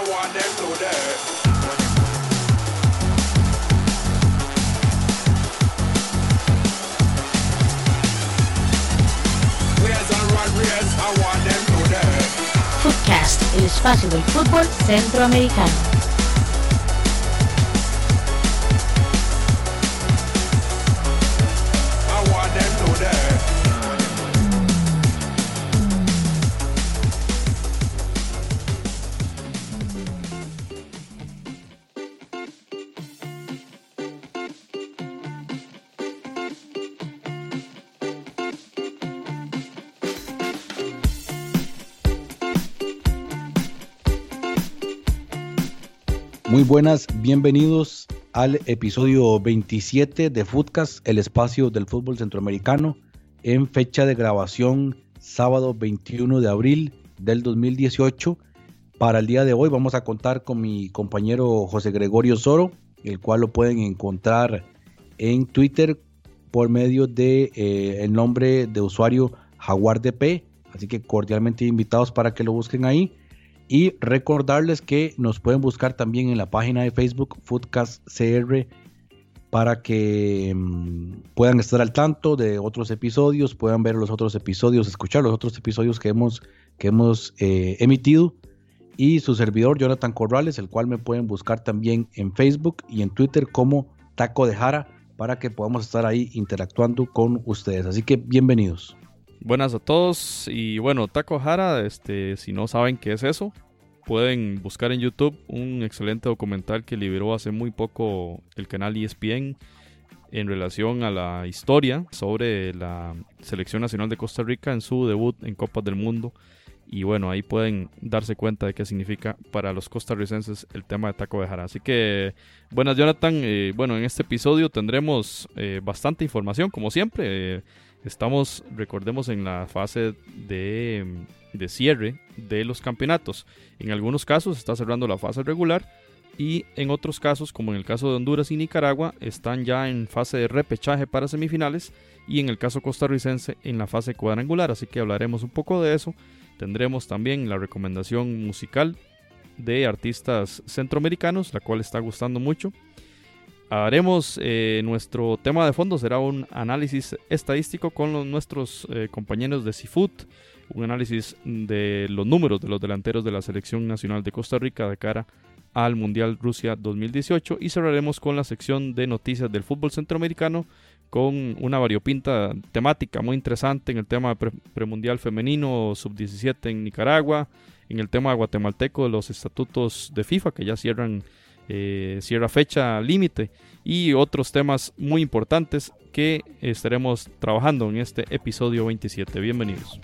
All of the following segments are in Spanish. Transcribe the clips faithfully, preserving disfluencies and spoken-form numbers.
want them to that. Footcast, el espacio del fútbol centroamericano. Muy buenas, bienvenidos al episodio veintisiete de Footcast, el espacio del fútbol centroamericano, en fecha de grabación sábado veintiuno de abril del dos mil dieciocho. Para el día de hoy vamos a contar con mi compañero José Gregorio Soro, el cual lo pueden encontrar en Twitter por medio de eh, el nombre de usuario JaguarDP, así que cordialmente invitados para que lo busquen ahí. Y recordarles que nos pueden buscar también en la página de Facebook Footcast C R para que um, puedan estar al tanto de otros episodios, puedan ver los otros episodios, escuchar los otros episodios que hemos, que hemos eh, emitido. Y su servidor Jonathan Corrales, el cual me pueden buscar también en Facebook y en Twitter como Taco de Jara, para que podamos estar ahí interactuando con ustedes. Así que bienvenidos. Buenas a todos y bueno, Taco Jara, este, si no saben qué es eso, pueden buscar en YouTube un excelente documental que liberó hace muy poco el canal E S P N en relación a la historia sobre la Selección Nacional de Costa Rica en su debut en Copas del Mundo. Y bueno, ahí pueden darse cuenta de qué significa para los costarricenses el tema de Taco de Jara. Así que, buenas Jonathan, eh, bueno, en este episodio tendremos eh, bastante información, como siempre. Eh, estamos, recordemos, en la fase de, de cierre de los campeonatos. En algunos casos está cerrando la fase regular y en otros casos, como en el caso de Honduras y Nicaragua, están ya en fase de repechaje para semifinales y en el caso costarricense en la fase cuadrangular. Así que hablaremos un poco de eso. Tendremos también la recomendación musical de artistas centroamericanos, la cual está gustando mucho. Haremos eh, nuestro tema de fondo, será un análisis estadístico con los, nuestros eh, compañeros de Seafood, un análisis de los números de los delanteros de la Selección Nacional de Costa Rica de cara al Mundial Rusia dos mil dieciocho, y cerraremos con la sección de noticias del fútbol centroamericano con una variopinta temática muy interesante en el tema pre- premundial femenino sub diecisiete en Nicaragua, en el tema guatemalteco de los estatutos de FIFA que ya cierran eh, cierra fecha límite, y otros temas muy importantes que estaremos trabajando en este episodio veintisiete. Bienvenidos.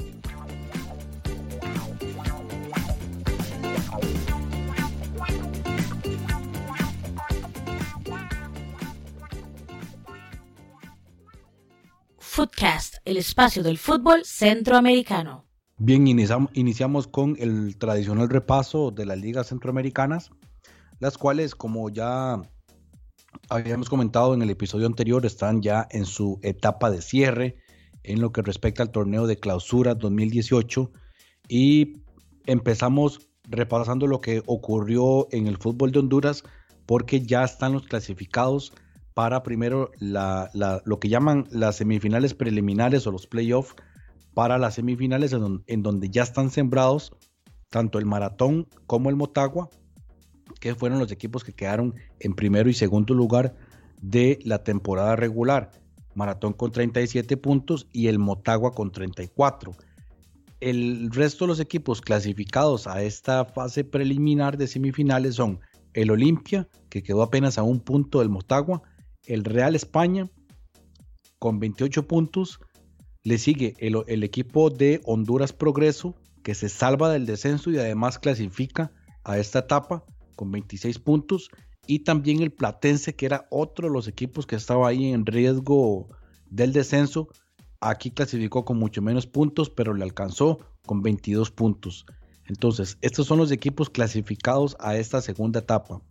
Footcast, el espacio del fútbol centroamericano. Bien, iniciamos, iniciamos con el tradicional repaso de las ligas centroamericanas, las cuales, como ya habíamos comentado en el episodio anterior, están ya en su etapa de cierre en lo que respecta al torneo de clausura dos mil dieciocho, y empezamos repasando lo que ocurrió en el fútbol de Honduras, porque ya están los clasificados para primero la, la, lo que llaman las semifinales preliminares o los playoffs, para las semifinales en, don, en donde ya están sembrados tanto el Maratón como el Motagua, que fueron los equipos que quedaron en primero y segundo lugar de la temporada regular. Maratón con treinta y siete puntos y el Motagua con treinta y cuatro. El resto de los equipos clasificados a esta fase preliminar de semifinales son el Olimpia, que quedó apenas a un punto del Motagua, el Real España con veintiocho puntos, le sigue el, el equipo de Honduras Progreso, que se salva del descenso y además clasifica a esta etapa con veintiséis puntos, y también el Platense, que era otro de los equipos que estaba ahí en riesgo del descenso. Aquí clasificó con mucho menos puntos, pero le alcanzó con veintidós puntos. Entonces, estos son los equipos clasificados a esta segunda etapa.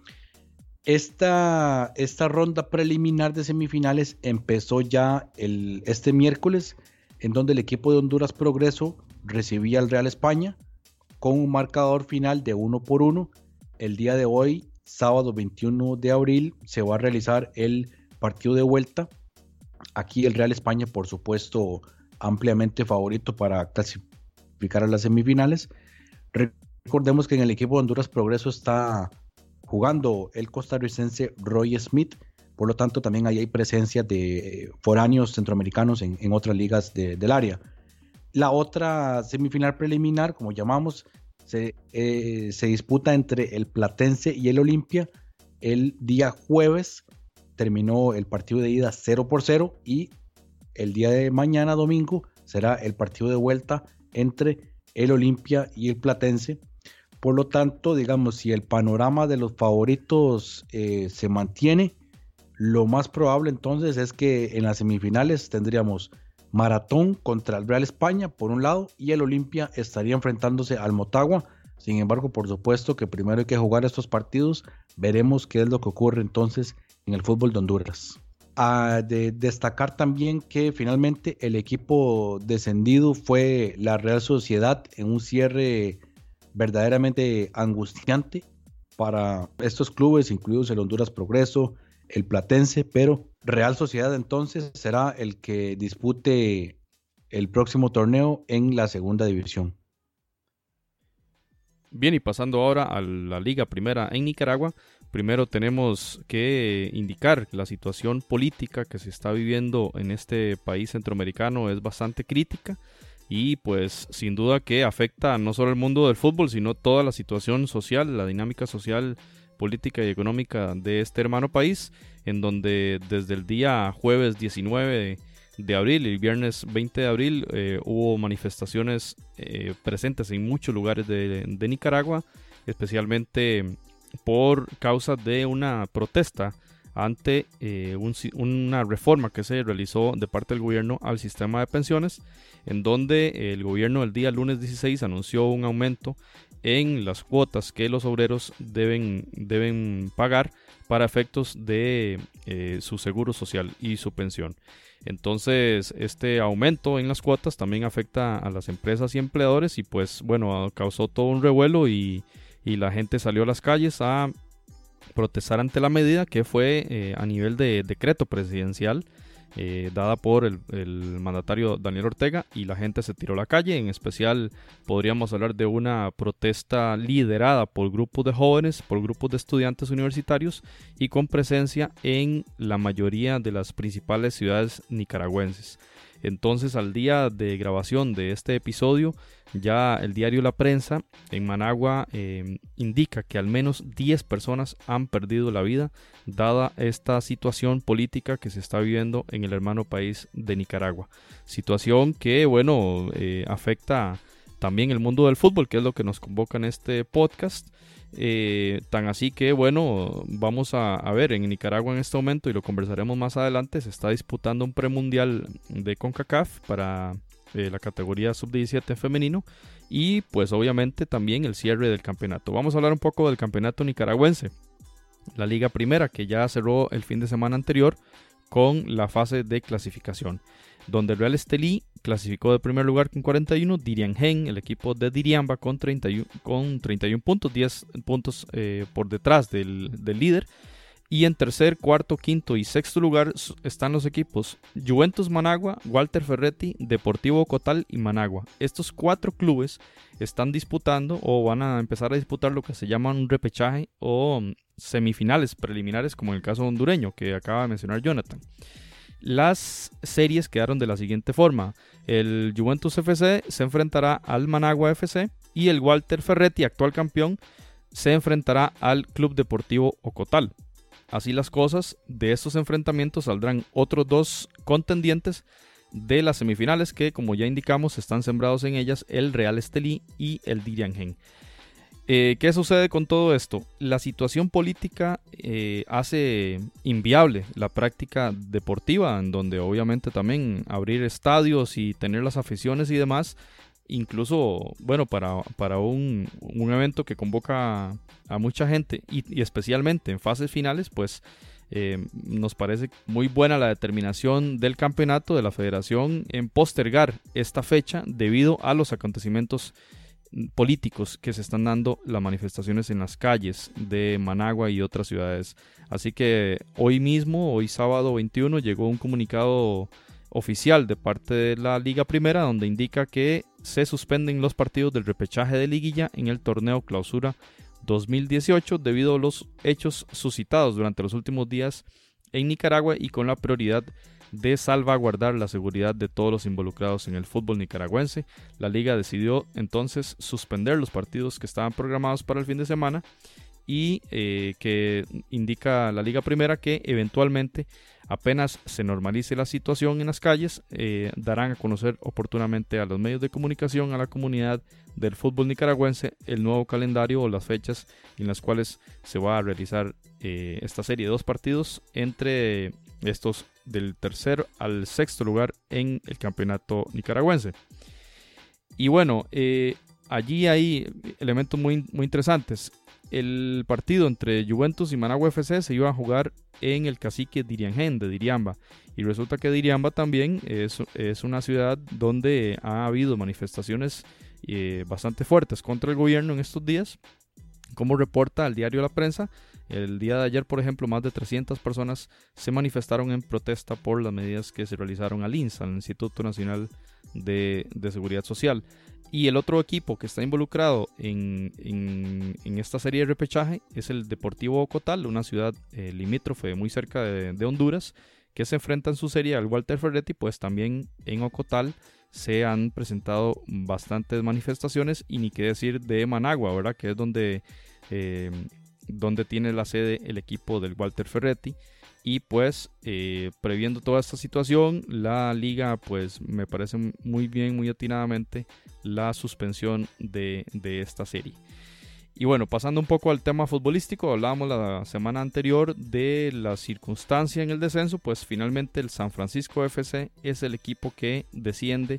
Esta, esta ronda preliminar de semifinales empezó ya el, este miércoles, en donde el equipo de Honduras Progreso recibía al Real España. con un marcador final de uno por uno. El día de hoy, sábado veintiuno de abril, se va a realizar el partido de vuelta. Aquí el Real España, por supuesto, ampliamente favorito para clasificar a las semifinales. Recordemos que en el equipo de Honduras Progreso está jugando el costarricense Roy Smith, por lo tanto también ahí hay presencia de foráneos centroamericanos en, en otras ligas de, del área. La otra semifinal preliminar, como llamamos, se, eh, se disputa entre el Platense y el Olimpia. El día jueves terminó el partido de ida cero por cero y el día de mañana, domingo, será el partido de vuelta entre el Olimpia y el Platense. Por lo tanto, digamos, si el panorama de los favoritos eh, se mantiene, lo más probable entonces es que en las semifinales tendríamos Maratón contra el Real España por un lado y el Olimpia estaría enfrentándose al Motagua. Sin embargo, por supuesto que primero hay que jugar estos partidos. Veremos qué es lo que ocurre entonces en el fútbol de Honduras. A de destacar también que finalmente el equipo descendido fue la Real Sociedad en un cierre verdaderamente angustiante para estos clubes, incluidos el Honduras Progreso, el Platense, pero Real Sociedad entonces será el que dispute el próximo torneo en la segunda división. Bien, y pasando ahora a la Liga Primera en Nicaragua, primero tenemos que indicar que la situación política que se está viviendo en este país centroamericano es bastante crítica y pues sin duda que afecta no solo el mundo del fútbol, sino toda la situación social, la dinámica social, política y económica de este hermano país, en donde desde el día jueves diecinueve de abril y el viernes veinte de abril eh, hubo manifestaciones eh, presentes en muchos lugares de, de Nicaragua, especialmente por causa de una protesta ante eh, un, una reforma que se realizó de parte del gobierno al sistema de pensiones, en donde el gobierno el día lunes dieciséis anunció un aumento en las cuotas que los obreros deben, deben pagar para efectos de eh, su seguro social y su pensión. Entonces este aumento en las cuotas también afecta a las empresas y empleadores y pues bueno, causó todo un revuelo y, y la gente salió a las calles a protestar ante la medida que fue eh, a nivel de decreto presidencial eh, dada por el, el mandatario Daniel Ortega y la gente se tiró a la calle. En especial podríamos hablar de una protesta liderada por grupos de jóvenes, por grupos de estudiantes universitarios y con presencia en la mayoría de las principales ciudades nicaragüenses. Entonces, al día de grabación de este episodio, ya el diario La Prensa en Managua eh, indica que al menos diez personas han perdido la vida dada esta situación política que se está viviendo en el hermano país de Nicaragua. Situación que, bueno, eh, afecta también el mundo del fútbol, que es lo que nos convoca en este podcast. Eh, tan así que bueno, vamos a, a ver en Nicaragua en este momento, y lo conversaremos más adelante, se está disputando un premundial de CONCACAF para eh, la categoría sub diecisiete femenino y pues obviamente también el cierre del campeonato. Vamos a hablar un poco del campeonato nicaragüense, la Liga Primera, que ya cerró el fin de semana anterior con la fase de clasificación, donde el Real Estelí clasificó de primer lugar con cuarenta y uno, Diriangén, el equipo de Diriamba, con treinta y uno, con treinta y uno puntos, diez puntos eh, por detrás del, del líder. Y en tercer, cuarto, quinto y sexto lugar están los equipos Juventus Managua, Walter Ferretti, Deportivo Cotal y Managua. Estos cuatro clubes están disputando o van a empezar a disputar lo que se llama un repechaje o semifinales preliminares, como en el caso hondureño que acaba de mencionar Jonathan. Las series quedaron de la siguiente forma: el Juventus F C se enfrentará al Managua F C y el Walter Ferretti, actual campeón, se enfrentará al Club Deportivo Ocotal. Así las cosas, de estos enfrentamientos saldrán otros dos contendientes de las semifinales que, como ya indicamos, están sembrados en ellas el Real Estelí y el Diriangén. Eh, ¿Qué sucede con todo esto? La situación política eh, hace inviable la práctica deportiva, en donde obviamente también abrir estadios y tener las aficiones y demás, incluso, bueno, para, para un, un evento que convoca a, a mucha gente y, y especialmente en fases finales, pues eh, nos parece muy buena la determinación del campeonato, de la federación, en postergar esta fecha debido a los acontecimientos políticos que se están dando las manifestaciones en las calles de Managua y otras ciudades. Así que hoy mismo, hoy sábado veintiuno, llegó un comunicado oficial de parte de la Liga Primera donde indica que se suspenden los partidos del repechaje de liguilla en el torneo Clausura dos mil dieciocho debido a los hechos suscitados durante los últimos días en Nicaragua y con la prioridad de salvaguardar la seguridad de todos los involucrados en el fútbol nicaragüense. La liga decidió entonces suspender los partidos que estaban programados para el fin de semana y eh, que indica la Liga Primera que eventualmente, apenas se normalice la situación en las calles, eh, darán a conocer oportunamente a los medios de comunicación, a la comunidad del fútbol nicaragüense, el nuevo calendario o las fechas en las cuales se va a realizar eh, esta serie de dos partidos entre estos del tercer al sexto lugar en el campeonato nicaragüense. Y bueno, eh, allí hay elementos muy, muy interesantes. El partido entre Juventus y Managua F C se iba a jugar en el cacique Diriangén de Diriamba, y resulta que Diriamba también es, es una ciudad donde ha habido manifestaciones eh, bastante fuertes contra el gobierno en estos días, como reporta el diario La Prensa. El día de ayer, por ejemplo, más de trescientas personas se manifestaron en protesta por las medidas que se realizaron al INSA, al Instituto Nacional de, de Seguridad Social. Y el otro equipo que está involucrado en, en, en esta serie de repechaje es el Deportivo Ocotal, una ciudad eh, limítrofe muy cerca de, de Honduras, que se enfrenta en su serie al Walter Ferretti. Pues también en Ocotal se han presentado bastantes manifestaciones, y ni qué decir de Managua, ¿verdad? Que es donde, eh, donde tiene la sede el equipo del Walter Ferretti. Y pues eh, previendo toda esta situación, la liga pues me parece muy bien, muy atinadamente la suspensión de, de esta serie. Y bueno, pasando un poco al tema futbolístico, hablábamos la semana anterior de la circunstancia en el descenso. Pues finalmente el San Francisco F C es el equipo que desciende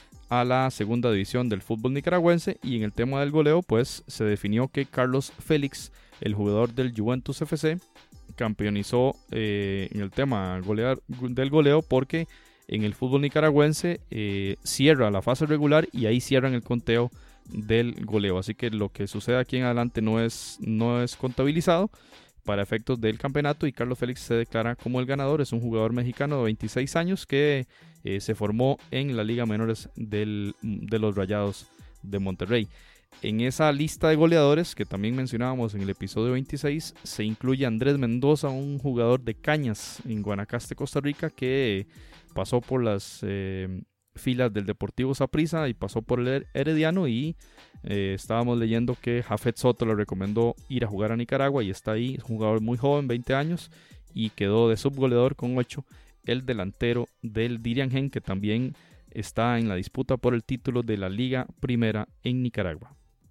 a la segunda división del fútbol nicaragüense, y en el tema del goleo pues se definió que Carlos Félix, el jugador del Juventus F C, campeonizó eh, en el tema golear, del goleo, porque en el fútbol nicaragüense eh, cierra la fase regular y ahí cierran el conteo del goleo, así que lo que sucede aquí en adelante no es, no es contabilizado para efectos del campeonato, y Carlos Félix se declara como el ganador. Es un jugador mexicano de veintiséis años que eh, se formó en la Liga Menores del, de los Rayados de Monterrey. En esa lista de goleadores que también mencionábamos en el episodio veintiséis se incluye Andrés Mendoza, un jugador de Cañas en Guanacaste, Costa Rica, que pasó por las eh, filas del Deportivo Saprissa y pasó por el Herediano, y eh, estábamos leyendo que Jafet Soto le recomendó ir a jugar a Nicaragua y está ahí. Es un jugador muy joven, veinte años, y quedó de subgoleador con ocho, el delantero del Diriangén, que también está en la disputa por el título de la Liga Primera en Nicaragua.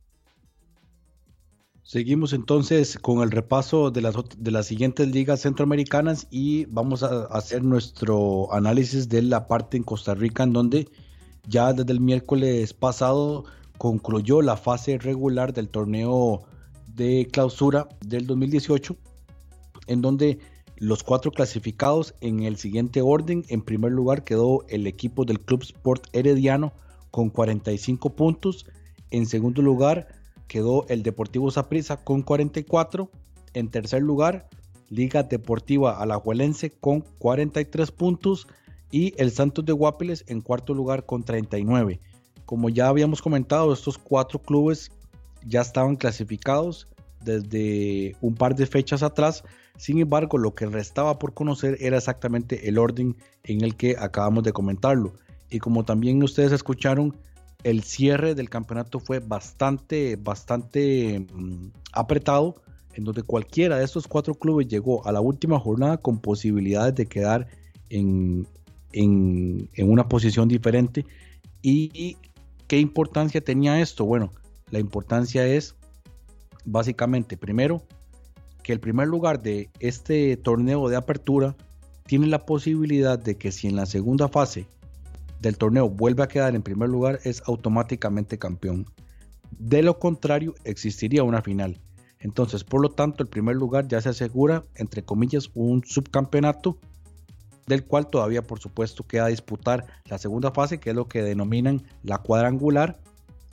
Seguimos entonces con el repaso de las, de las siguientes ligas centroamericanas, y vamos a hacer nuestro análisis de la parte en Costa Rica, en donde ya desde el miércoles pasado concluyó la fase regular del torneo de clausura del dos mil dieciocho, en donde los cuatro clasificados en el siguiente orden: en primer lugar quedó el equipo del Club Sport Herediano con cuarenta y cinco puntos, en segundo lugar quedó el Deportivo Saprissa con cuarenta y cuatro. En tercer lugar, Liga Deportiva Alajuelense con cuarenta y tres puntos, y el Santos de Guapiles en cuarto lugar con treinta y nueve. Como ya habíamos comentado, estos cuatro clubes ya estaban clasificados desde un par de fechas atrás. Sin embargo, lo que restaba por conocer era exactamente el orden en el que acabamos de comentarlo. Y como también ustedes escucharon, el cierre del campeonato fue bastante, bastante mmm, apretado, en donde cualquiera de estos cuatro clubes llegó a la última jornada con posibilidades de quedar en, en, en una posición diferente. ¿Y, y qué importancia tenía esto? Bueno, la importancia es básicamente, primero, que el primer lugar de este torneo de apertura tiene la posibilidad de que si en la segunda fase del torneo vuelve a quedar en primer lugar, es automáticamente campeón. De lo contrario, existiría una final. Entonces, por lo tanto, el primer lugar ya se asegura, entre comillas, un subcampeonato, del cual todavía, por supuesto, queda disputar la segunda fase, que es lo que denominan la cuadrangular,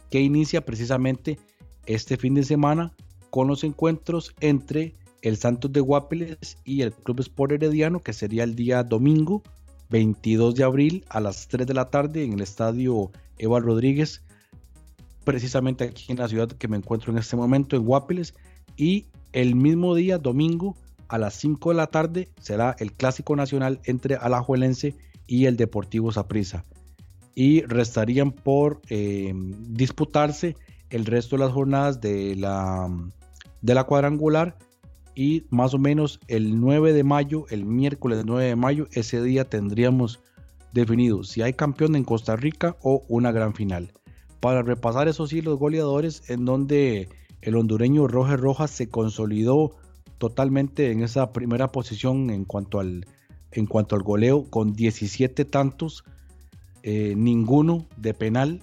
que inicia precisamente este fin de semana con los encuentros entre el Santos de Guápiles y el Club Sport Herediano, que sería el día domingo veintidós de abril a las tres de la tarde en el estadio Eva Rodríguez, precisamente aquí en la ciudad que me encuentro en este momento, en Guápiles. Y el mismo día, domingo, a las cinco de la tarde, será el Clásico Nacional entre Alajuelense y el Deportivo Saprissa. Y restarían por eh, disputarse el resto de las jornadas de la, de la cuadrangular. Y más o menos el nueve de mayo, el miércoles nueve de mayo, ese día tendríamos definido si hay campeón en Costa Rica o una gran final. Para repasar eso sí, los goleadores, en donde el hondureño Roger Rojas se consolidó totalmente en esa primera posición en cuanto al, en cuanto al goleo, con diecisiete tantos, eh, ninguno de penal.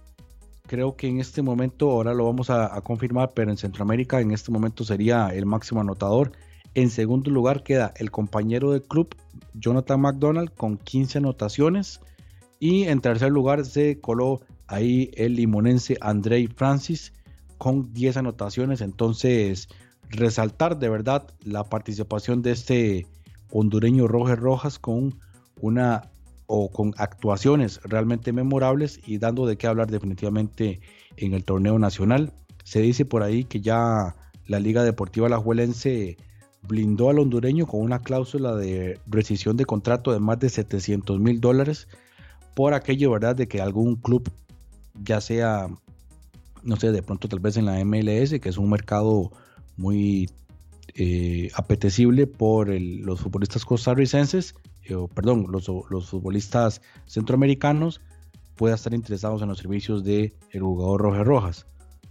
Creo que en este momento, ahora lo vamos a, a confirmar, pero en Centroamérica en este momento sería el máximo anotador. En segundo lugar queda el compañero del club, Jonathan McDonald, con quince anotaciones. Y en tercer lugar se coló ahí el limonense Andrei Francis con diez anotaciones. Entonces, resaltar de verdad la participación de este hondureño Roger Rojas con una o con actuaciones realmente memorables y dando de qué hablar definitivamente en el torneo nacional. Se dice por ahí que ya la Liga Deportiva Alajuelense blindó al hondureño con una cláusula de rescisión de contrato de más de setecientos mil dólares por aquello, ¿verdad?, de que algún club, ya sea, no sé, de pronto tal vez en la M L S, que es un mercado muy eh, apetecible por el, los futbolistas costarricenses, eh, perdón, los, los futbolistas centroamericanos, pueda estar interesados en los servicios del jugador Roger Rojas.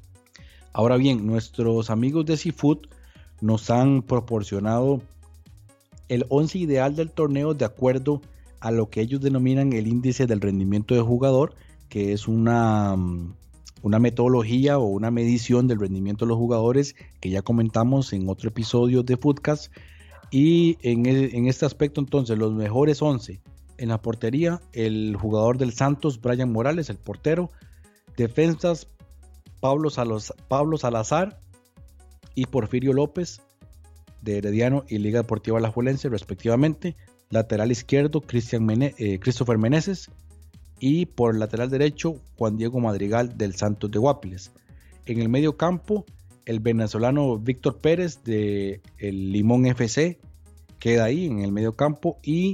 Ahora bien, nuestros amigos de Seafood nos han proporcionado el once ideal del torneo de acuerdo a lo que ellos denominan el índice del rendimiento de jugador, que es una, una metodología o una medición del rendimiento de los jugadores que ya comentamos en otro episodio de Footcast. Y en, el, en este aspecto, entonces, los mejores once en la portería: el jugador del Santos, Brian Morales, el portero; defensas, Pablo, Salos, Pablo Salazar y Porfirio López, de Herediano y Liga Deportiva Alajuelense respectivamente; lateral izquierdo, Cristian Mene, eh, Christopher Meneses; y por lateral derecho, Juan Diego Madrigal, del Santos de Guápiles. En el medio campo, el venezolano Víctor Pérez, de el Limón F C, queda ahí en el medio campo, y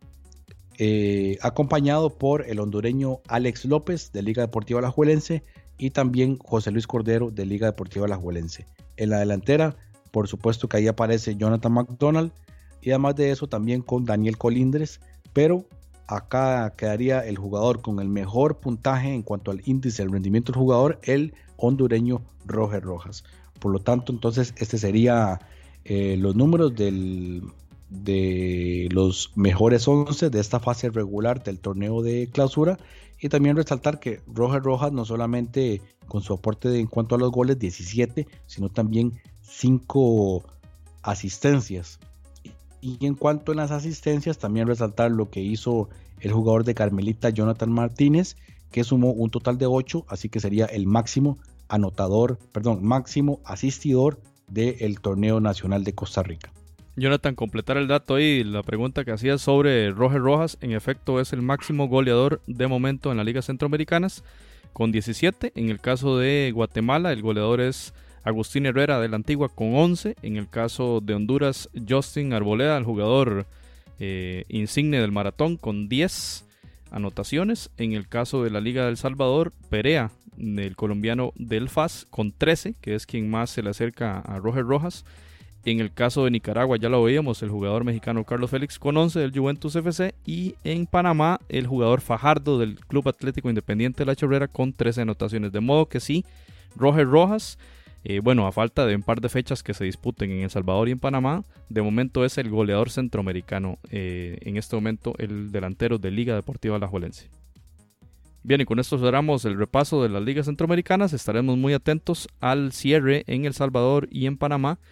eh, acompañado por el hondureño Alex López, de Liga Deportiva Alajuelense, y también José Luis Cordero, de Liga Deportiva Alajuelense. En la delantera, por supuesto que ahí aparece Jonathan McDonald, y además de eso también con Daniel Colindres, pero acá quedaría el jugador con el mejor puntaje en cuanto al índice del rendimiento del jugador, el hondureño Roger Rojas. Por lo tanto, entonces, este sería eh, los números del, de los mejores once de esta fase regular del torneo de clausura. Y también resaltar que Roger Rojas, no solamente con su aporte de, en cuanto a los goles, diecisiete, sino también cinco asistencias. Y en cuanto a las asistencias, también resaltar lo que hizo el jugador de Carmelita, Jonathan Martínez, que sumó un total de ocho, así que sería el máximo anotador, perdón, máximo asistidor del torneo nacional de Costa Rica. Jonathan, completar el dato ahí, la pregunta que hacías sobre Roger Rojas, en efecto es el máximo goleador de momento en las ligas centroamericanas, con diecisiete. En el caso de Guatemala, el goleador es Agustín Herrera, de la Antigua, con once. En el caso de Honduras, Justin Arboleda, el jugador eh, insigne del maratón, con diez anotaciones. En el caso de la Liga del Salvador, Perea, el colombiano del F A S, con trece, que es quien más se le acerca a Roger Rojas. En el caso de Nicaragua, ya lo veíamos, el jugador mexicano Carlos Félix, con once, del Juventus F C. Y en Panamá, el jugador Fajardo, del Club Atlético Independiente de La Chorrera, con trece anotaciones. De modo que sí, Roger Rojas, Eh, bueno, a falta de un par de fechas que se disputen en El Salvador y en Panamá, de momento es el goleador centroamericano, eh, en este momento el delantero de Liga Deportiva Alajuelense. Bien, y con esto cerramos el repaso de las ligas centroamericanas. Estaremos muy atentos al cierre en El Salvador y en Panamá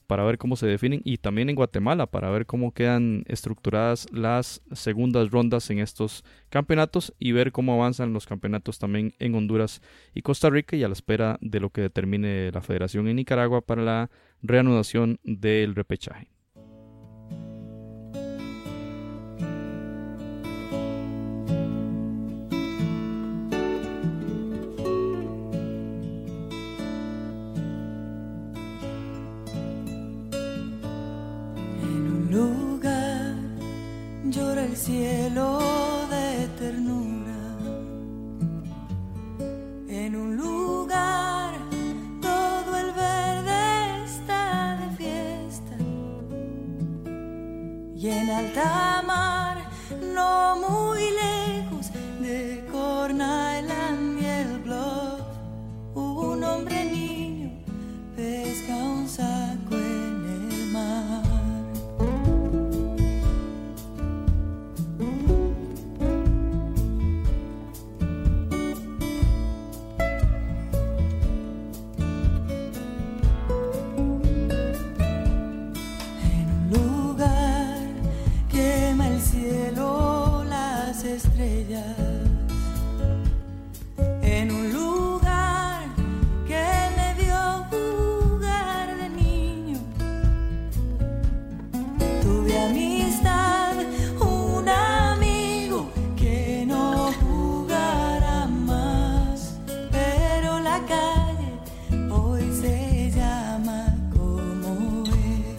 para ver cómo se definen, y también en Guatemala para ver cómo quedan estructuradas las segundas rondas en estos campeonatos y ver cómo avanzan los campeonatos también en Honduras y Costa Rica, y a la espera de lo que determine la federación en Nicaragua para la reanudación del repechaje. Llora el cielo de ternura, en un lugar todo el verde está de fiesta, y en alta mar, no muy lejos de Corn Island y el Bluff, un hombre niño pesca un saco en el mar. Estrellas, en un lugar que me vio jugar de niño, tuve amistad, un amigo que no jugará más, pero la calle hoy se llama como él.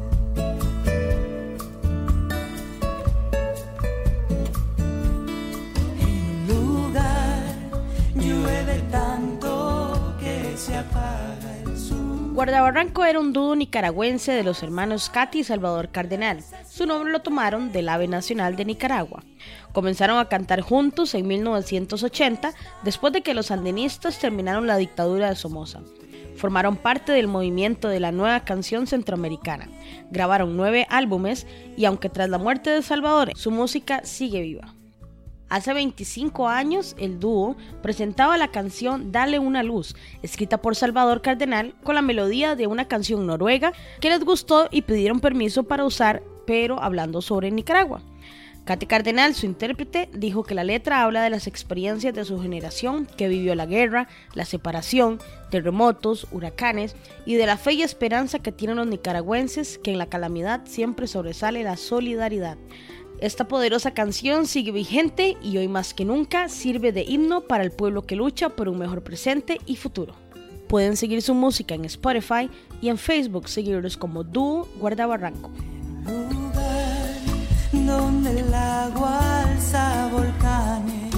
Guardabarranco era un dúo nicaragüense de los hermanos Katy y Salvador Cardenal. Su nombre lo tomaron del ave nacional de Nicaragua. Comenzaron a cantar juntos en mil novecientos ochenta, después de que los sandinistas terminaron la dictadura de Somoza. Formaron parte del movimiento de la nueva canción centroamericana. Grabaron nueve álbumes y aunque tras la muerte de Salvador, su música sigue viva. Hace veinticinco años, el dúo presentaba la canción Dale una luz, escrita por Salvador Cardenal con la melodía de una canción noruega que les gustó y pidieron permiso para usar, pero hablando sobre Nicaragua. Katy Cardenal, su intérprete, dijo que la letra habla de las experiencias de su generación que vivió la guerra, la separación, terremotos, huracanes y de la fe y esperanza que tienen los nicaragüenses, que en la calamidad siempre sobresale la solidaridad. Esta poderosa canción sigue vigente y hoy más que nunca sirve de himno para el pueblo que lucha por un mejor presente y futuro. Pueden seguir su música en Spotify y en Facebook seguirlos como Dúo Guardabarranco. Lugar donde el agua alza volcanes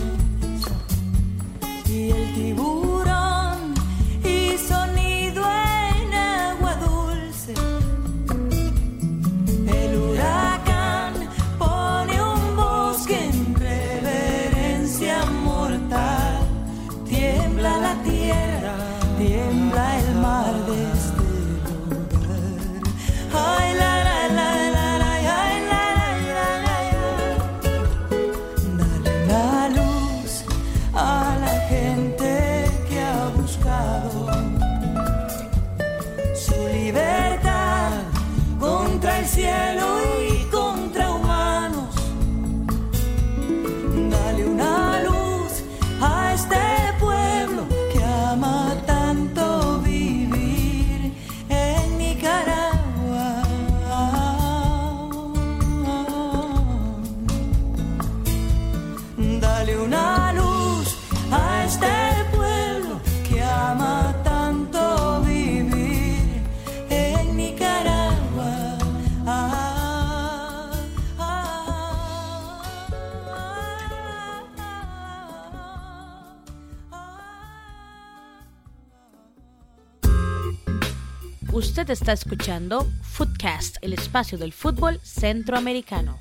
y el tiburón y sonido en agua dulce, el huracán pone un bosque en reverencia mortal, tiembla la tierra, tiembla el mar de este lugar. Ay, la, la, la, la, la, ay, la, la, la, la, dale una luz a la gente que ha buscado su libertad contra el cielo y contra humanos. Dale una luz a este pueblo que ama tanto vivir en Nicaragua. Dale una luz a este pueblo que ama tanto vivir en Nicaragua. Ah, ah, Usted está escuchando Footcast, el espacio del fútbol centroamericano.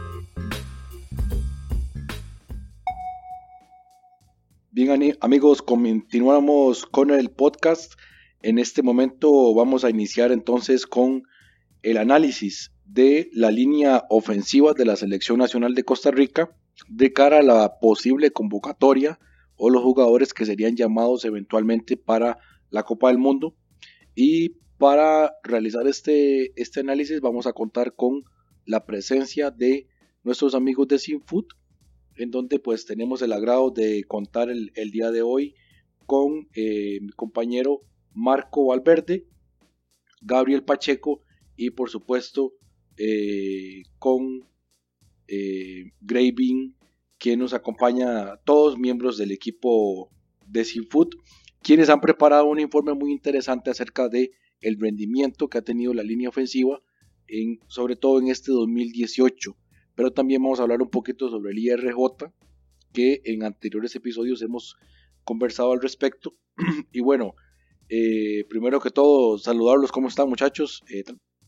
Bien, amigos, continuamos con el podcast. En este momento vamos a iniciar entonces con el análisis de la línea ofensiva de la Selección Nacional de Costa Rica de cara a la posible convocatoria o los jugadores que serían llamados eventualmente para la Copa del Mundo. Y Para realizar este, este análisis vamos a contar con la presencia de nuestros amigos de Sinfood, en donde pues tenemos el agrado de contar el, el día de hoy con eh, mi compañero Marco Valverde, Gabriel Pacheco y por supuesto eh, con eh, Graving, quien nos acompaña, todos miembros del equipo de Sinfood, quienes han preparado un informe muy interesante acerca de el rendimiento que ha tenido la línea ofensiva, en, sobre todo en este dos mil dieciocho, pero también vamos a hablar un poquito sobre el I R J, que en anteriores episodios hemos conversado al respecto. Y bueno, eh, primero que todo, saludarlos. ¿Cómo están, muchachos? Eh,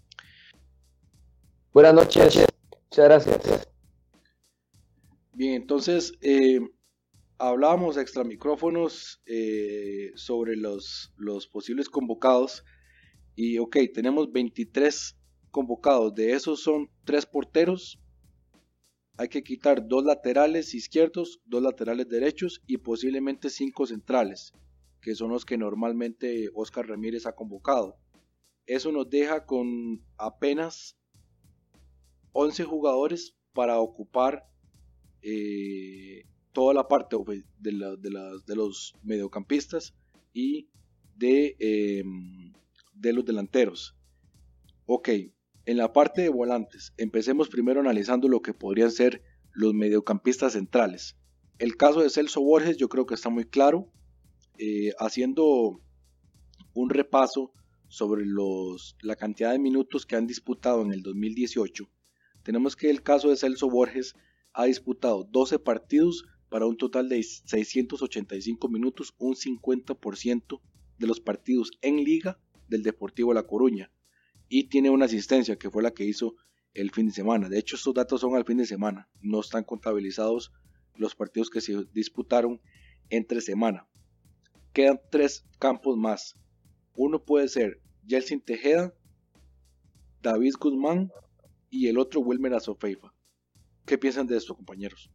Buenas noches, muchas gracias. Bien, entonces eh, hablábamos extra micrófonos eh, sobre los, los posibles convocados. Y ok, tenemos veintitrés convocados. De esos son tres porteros. Hay que quitar dos laterales izquierdos, dos laterales derechos y posiblemente cinco centrales, que son los que normalmente Oscar Ramírez ha convocado. Eso nos deja con apenas once jugadores para ocupar eh, toda la parte de, la, de, la, de los mediocampistas y de, eh, de los delanteros. Ok, en la parte de volantes, empecemos primero analizando lo que podrían ser los mediocampistas centrales. El caso de Celso Borges yo creo que está muy claro. Eh, haciendo un repaso sobre los, la cantidad de minutos que han disputado en el dos mil dieciocho, tenemos que el caso de Celso Borges ha disputado doce partidos para un total de seiscientos ochenta y cinco minutos, un cincuenta por ciento de los partidos en liga del Deportivo La Coruña, y tiene una asistencia que fue la que hizo el fin de semana. De hecho, estos datos son al fin de semana, no están contabilizados los partidos que se disputaron entre semana. Quedan tres campos más. Uno puede ser Yeltsin Tejeda, David Guzmán y el otro Wilmer Azofeifa. ¿Qué piensan de esto, compañeros?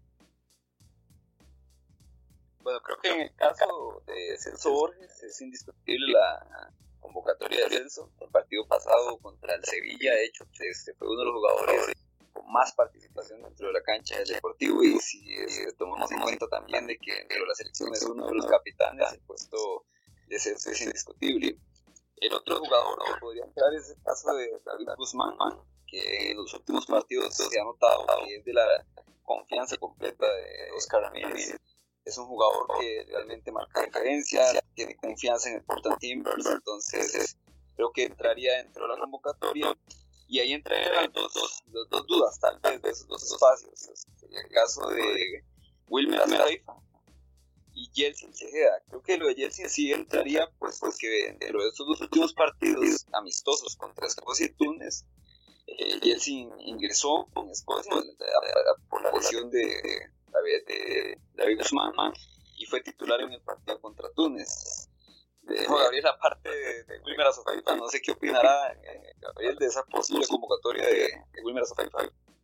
Bueno, creo que en el caso de Celso Borges es indiscutible la convocatoria de Celso. El partido pasado contra el Sevilla, de hecho, este fue uno de los jugadores con más participación dentro de la cancha del Deportivo, y si eh, tomamos en cuenta también de que dentro de la selección es uno de los capitanes, el puesto de Celso es indiscutible. El otro jugador que podría entrar es el caso de David Guzmán, que en los últimos partidos se ha notado que es de la confianza completa de Oscar Ramírez. Es un jugador que realmente marca diferencia, tiene confianza en el Portland Timbers, entonces creo que entraría dentro de la convocatoria. Y ahí entrarían las dos, dos, dos, dos dudas, tal vez, de esos dos espacios. Sería el caso de Wilmer Azofeifa y Yeltsin Tejeda. Creo que lo de Yeltsin sí entraría, pues porque dentro de estos dos últimos partidos amistosos contra Escocia y Túnez, eh, Yeltsin ingresó con Escocia por la lesión de, de, de David Guzmán y fue titular en el partido contra Túnez. Dejo a Gabriel la parte de, de Wilmer Azofeifa, no sé qué opinará eh, Gabriel de esa posible convocatoria de, de Wilmer Azofeifa.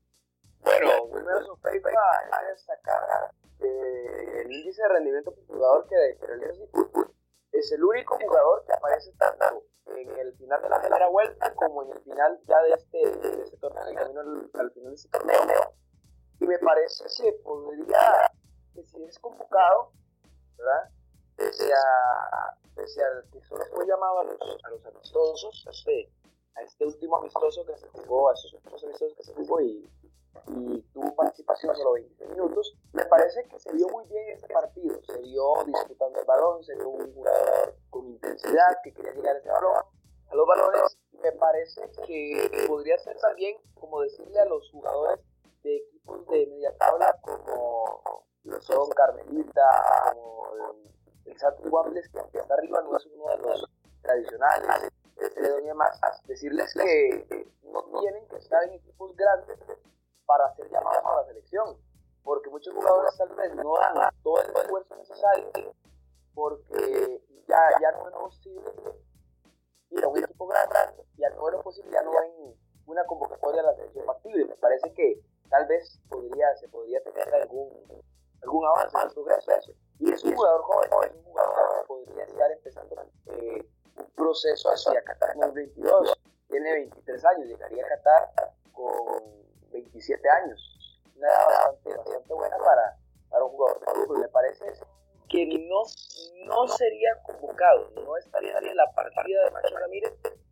Bueno, Wilmer Azofeifa hay que destacar eh, el índice de rendimiento por jugador que realiza Sinfood. Es el único jugador que aparece tanto en el final de la primera vuelta como en el final ya de este, de este torneo, el camino al, al final de este torneo. Y me parece que podría, que si es convocado, ¿verdad? Pese a, pese a que solo fue llamado a los, a los amistosos, a este, a este último amistoso que se jugó, a estos últimos amistosos que se jugó y, y tuvo participación solo veintiséis minutos, me parece que se vio muy bien este partido, se vio disputando el balón, se vio un jugador con intensidad que quería llegar a ese balón, a los balones, y me parece que podría ser también como decirle a los jugadores de equipos de media tabla como lo son Carmelita, como el, el Santos Guapiles, que aunque está arriba no es uno de los tradicionales, de Doña Más, decirles que no tienen que estar en equipos grandes para ser llamados a la selección, porque muchos jugadores tal vez no dan todo el esfuerzo necesario, porque ya, ya no es posible ir a un equipo grande, y al no ver posible ya no hay una convocatoria a la selección partido, y me parece que tal vez podría, se podría tener algún, algún avance en el progreso. Y es un jugador joven, es un jugador que podría estar empezando eh, un proceso hacia Qatar dos mil veintidós. Tiene veintitrés años, llegaría a Qatar con veintisiete años. Una edad bastante, bastante buena para, para un jugador de fútbol. Me parece que no, no sería convocado, no estaría en la partida de Macho Ramírez,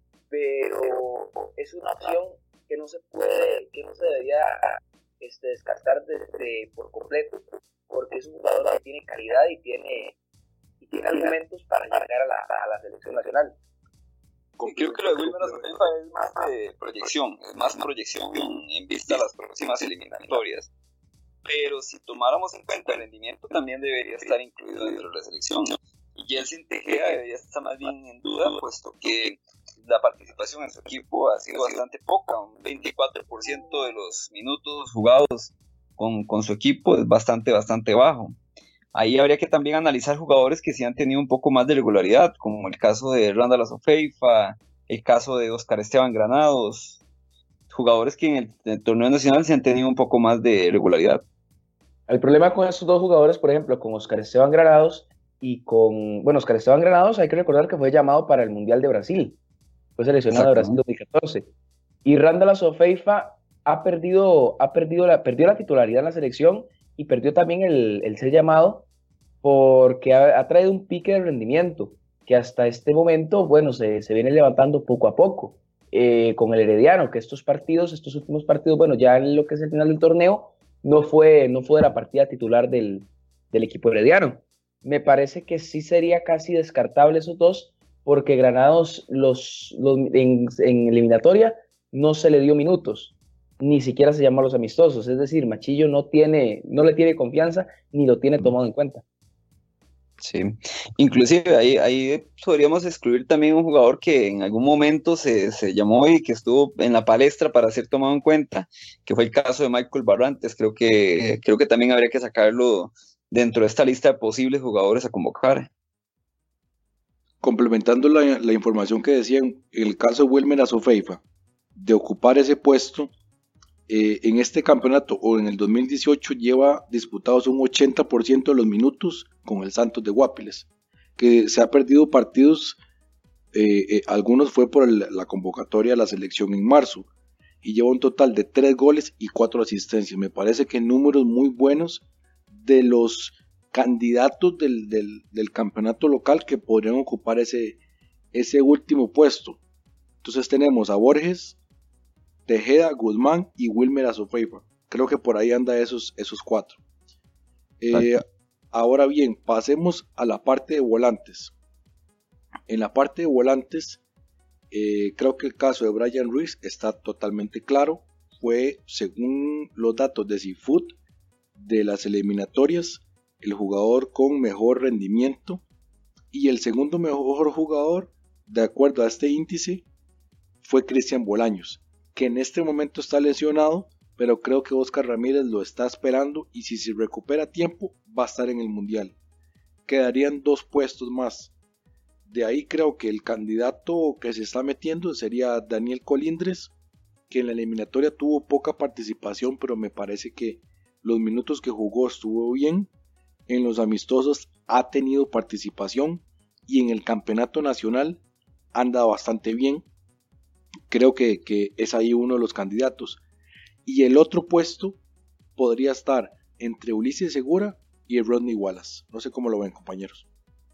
pero es una opción que no se puede, que no se debería este, descartar desde por completo, porque es un jugador que tiene calidad y tiene, y tiene argumentos para llegar a la, a la selección nacional. Creo que lo de Wilmer Azotempa es más de proyección, es más proyección en vista a las próximas eliminatorias. Pero si tomáramos en cuenta el rendimiento, también debería estar incluido dentro de la selección. Y Jelsin Tejeda debería estar más bien en duda, puesto que la participación en su equipo ha sido bastante poca. Un veinticuatro por ciento de los minutos jugados con, con su equipo es bastante, bastante bajo. Ahí habría que también analizar jugadores que sí han tenido un poco más de regularidad, como el caso de Randall Azofeifa, el caso de Oscar Esteban Granados, jugadores que en el, en el torneo nacional sí han tenido un poco más de regularidad. El problema con estos dos jugadores, por ejemplo, con Oscar Esteban Granados y con... Bueno, Oscar Esteban Granados hay que recordar que fue llamado para el Mundial de Brasil, fue seleccionado de Brasil dos mil catorce. Y Randall Azofeifa ha perdido, ha perdido la, perdió la titularidad en la selección y perdió también el, el ser llamado porque ha, ha traído un pique de rendimiento que hasta este momento, bueno, se, se viene levantando poco a poco eh, con el Herediano, que estos partidos, estos últimos partidos, bueno, ya en lo que es el final del torneo, no fue, no fue de la partida titular del, del equipo herediano. Me parece que sí sería casi descartable esos dos, porque Granados los, los, en, en eliminatoria no se le dio minutos, ni siquiera se llamó a los amistosos, es decir, Machillo no, tiene, no le tiene confianza ni lo tiene tomado en cuenta. Sí, inclusive ahí, ahí podríamos excluir también un jugador que en algún momento se, se llamó y que estuvo en la palestra para ser tomado en cuenta, que fue el caso de Michael Barrantes. Creo que, creo que también habría que sacarlo dentro de esta lista de posibles jugadores a convocar. Complementando la, la información que decían, el caso de Wilmer Azofeifa, de ocupar ese puesto, eh, en este campeonato o en el dos mil dieciocho lleva disputados un ochenta por ciento de los minutos con el Santos de Guapiles, que se ha perdido partidos, eh, eh, algunos fue por el, la convocatoria de la selección en marzo, y lleva un total de tres goles y cuatro asistencias. Me parece que números muy buenos de los candidatos del, del, del campeonato local que podrían ocupar ese, ese último puesto. Entonces tenemos a Borges, Tejeda, Guzmán y Wilmer Azofeifa. Creo que por ahí anda esos, esos cuatro. Eh, ahora bien, pasemos a la parte de volantes. En la parte de volantes, eh, creo que el caso de Brian Ruiz está totalmente claro. Fue, según los datos de Seafood, de las eliminatorias, el jugador con mejor rendimiento. Y el segundo mejor jugador, de acuerdo a este índice, fue Cristian Bolaños, que en este momento está lesionado, pero creo que Oscar Ramírez lo está esperando y si se recupera a tiempo va a estar en el Mundial. Quedarían dos puestos más. De ahí creo que el candidato que se está metiendo sería Daniel Colindres, que en la eliminatoria tuvo poca participación, pero me parece que los minutos que jugó estuvo bien. En los amistosos ha tenido participación y en el campeonato nacional anda bastante bien. Creo que, que es ahí uno de los candidatos. Y el otro puesto podría estar entre Ulises Segura y Rodney Wallace. No sé cómo lo ven, compañeros.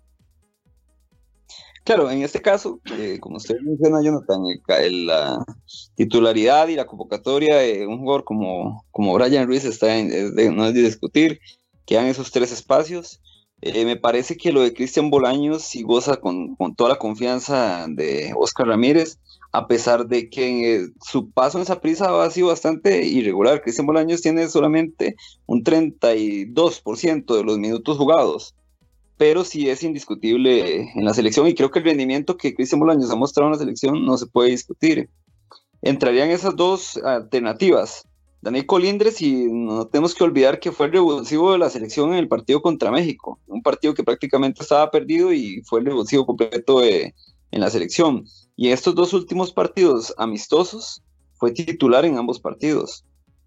Claro, en este caso, eh, como usted menciona, Jonathan, el, el, la titularidad y la convocatoria de un jugador como, como Brian Ruiz está en, es de, no es de discutir. Quedan esos tres espacios. Eh, me parece que lo de Cristian Bolaños sí goza con, con toda la confianza de Oscar Ramírez, a pesar de que eh, su paso en Saprissa ha sido bastante irregular. Cristian Bolaños tiene solamente un treinta y dos por ciento de los minutos jugados, pero sí es indiscutible en la selección, y creo que el rendimiento que Cristian Bolaños ha mostrado en la selección no se puede discutir. Entrarían esas dos alternativas, Daniel Colindres, y no tenemos que olvidar que fue el revulsivo de la selección en el partido contra México, un partido que prácticamente estaba perdido y fue el revulsivo completo de, en la selección. Y en estos dos últimos partidos amistosos fue titular en ambos partidos.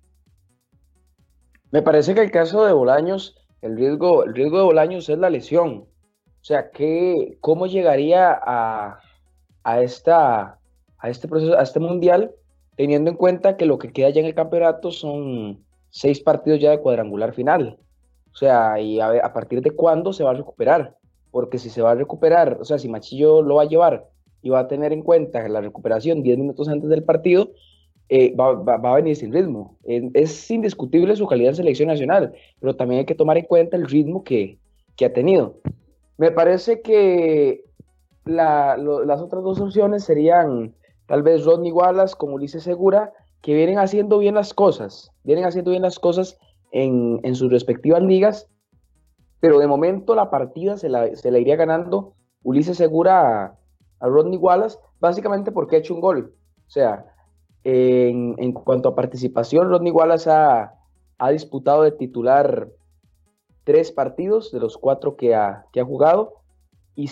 Me parece que el caso de Bolaños, el riesgo, el riesgo de Bolaños es la lesión. O sea, ¿qué, ¿cómo llegaría a, a, esta, a este proceso, a este mundial, teniendo en cuenta que lo que queda ya en el campeonato son seis partidos ya de cuadrangular final. O sea, y a, a partir de cuándo se va a recuperar, porque si se va a recuperar, o sea, si Machillo lo va a llevar y va a tener en cuenta la recuperación diez minutos antes del partido, eh, va, va, va a venir sin ritmo. Es, es indiscutible su calidad en selección nacional, pero también hay que tomar en cuenta el ritmo que, que ha tenido. Me parece que la, lo, las otras dos opciones serían tal vez Rodney Wallace con Ulises Segura, que vienen haciendo bien las cosas, vienen haciendo bien las cosas en, en sus respectivas ligas, pero de momento la partida se la, se la iría ganando Ulises Segura a, a Rodney Wallace, básicamente porque ha hecho un gol. O sea, en, en cuanto a participación, Rodney Wallace ha, ha disputado de titular tres partidos de los cuatro que ha, que ha jugado, y,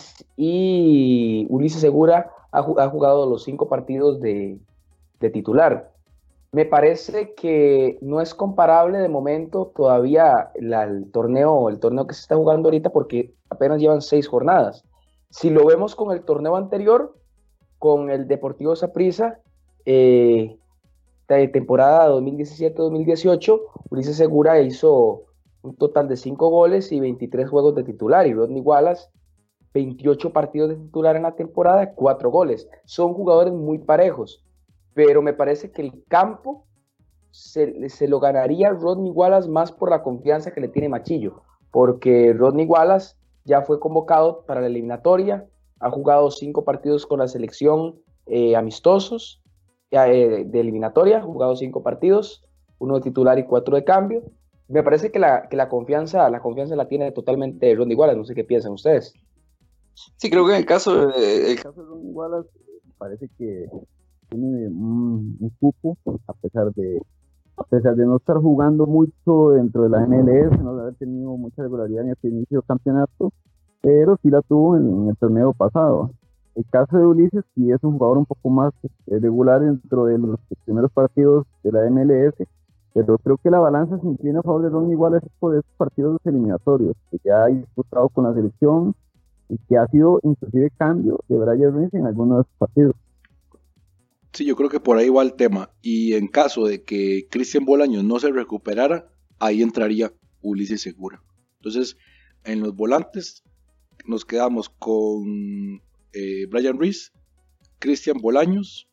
y Ulises Segura ha, ha jugado los cinco partidos de, de titular. Me parece que no es comparable de momento todavía la, el, torneo, el torneo que se está jugando ahorita, porque apenas llevan seis jornadas. Si lo vemos con el torneo anterior, con el Deportivo Saprissa, eh, de temporada dos mil diecisiete dos mil dieciocho, Ulises Segura hizo un total de cinco goles y veintitrés juegos de titular, y Rodney Wallace veintiocho partidos de titular en la temporada, cuatro goles. Son jugadores muy parejos, pero me parece que el campo se, se lo ganaría Rodney Wallace más por la confianza que le tiene Machillo, porque Rodney Wallace ya fue convocado para la eliminatoria, ha jugado cinco partidos con la selección eh, amistosos eh, de eliminatoria, ha jugado cinco partidos, uno de titular y cuatro de cambio. Me parece que la, que la confianza la confianza la tiene totalmente Rodney Wallace, no sé qué piensan ustedes. Sí, creo que en el caso de, el caso de Rodney Wallace, parece que tiene un, un cupo, a pesar de a pesar de no estar jugando mucho dentro de la M L S, no de haber tenido mucha regularidad en este inicio del campeonato, pero sí la tuvo en, en el torneo pasado. El caso de Ulises sí es un jugador un poco más eh, regular dentro de los primeros partidos de la M L S, pero creo que la balanza se inclina a favor de Rodney Wallace por esos partidos eliminatorios que ya ha disputado con la selección y que ha sido inclusive cambio de Brian Ruiz en algunos de esos partidos. Sí, yo creo que por ahí va el tema. Y en caso de que Cristian Bolaños no se recuperara, ahí entraría Ulises Segura. Entonces, en los volantes nos quedamos con eh, Brian Ruiz, Cristian Bolaños,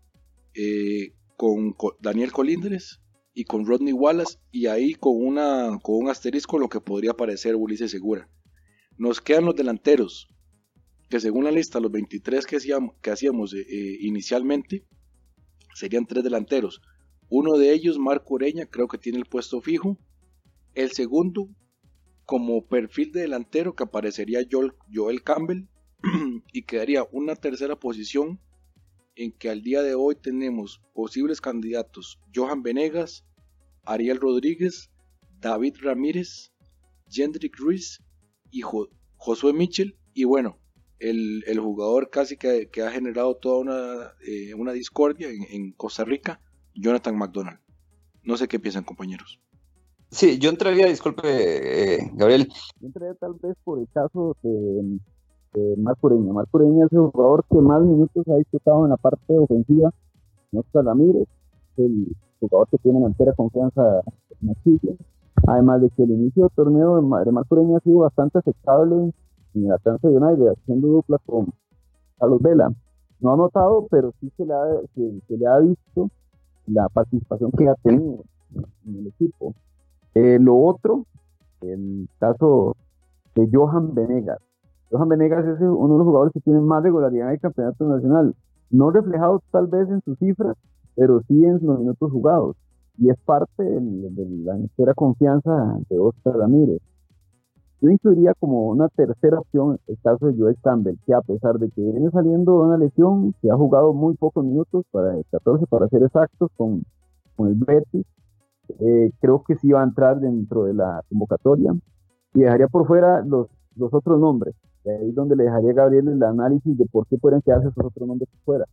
eh, con, con Daniel Colindres y con Rodney Wallace, y ahí con, una, con un asterisco lo que podría parecer Ulises Segura. Nos quedan los delanteros, que según la lista, los veintitrés que hacíamos, que hacíamos eh, inicialmente, serían tres delanteros. Uno de ellos, Marco Ureña, creo que tiene el puesto fijo. El segundo, como perfil de delantero, que aparecería Joel, Joel Campbell, y quedaría una tercera posición, en que al día de hoy tenemos posibles candidatos: Johan Venegas, Ariel Rodríguez, David Ramírez, Jendrik Ruiz y Jo- Josué Mitchell, y bueno, El, el jugador casi que, que ha generado toda una, eh, una discordia en, en Costa Rica, Jonathan McDonald. No sé qué piensan, compañeros. Sí, yo entraría, disculpe, eh, Gabriel. Yo entraría tal vez por el caso de, de Marco Ureña. Marco Ureña es el jugador que más minutos ha disputado en la parte ofensiva. Oscar Ramírez, el jugador que tiene una entera confianza en Machillo. Además de que el inicio del torneo de Marco Ureña ha sido bastante aceptable en el Atlanta United, haciendo dupla con Carlos Vela. No ha notado, pero sí se le ha, se, se le ha visto la participación que ha tenido en el equipo. Eh, lo otro, el caso de Johan Venegas. Johan Venegas es uno de los jugadores que tiene más regularidad en el campeonato nacional. No reflejado tal vez en sus cifras, pero sí en los minutos jugados. Y es parte de, de la entera confianza de Oscar Ramírez. Yo incluiría como una tercera opción el caso de Joel Campbell, que a pesar de que viene saliendo de una lesión, que ha jugado muy pocos minutos, para el catorce para ser exactos, con, con el Betis, eh, creo que sí va a entrar dentro de la convocatoria, y dejaría por fuera los, los otros nombres, y ahí es donde le dejaría a Gabriel el análisis de por qué pueden quedarse esos otros nombres por fuera.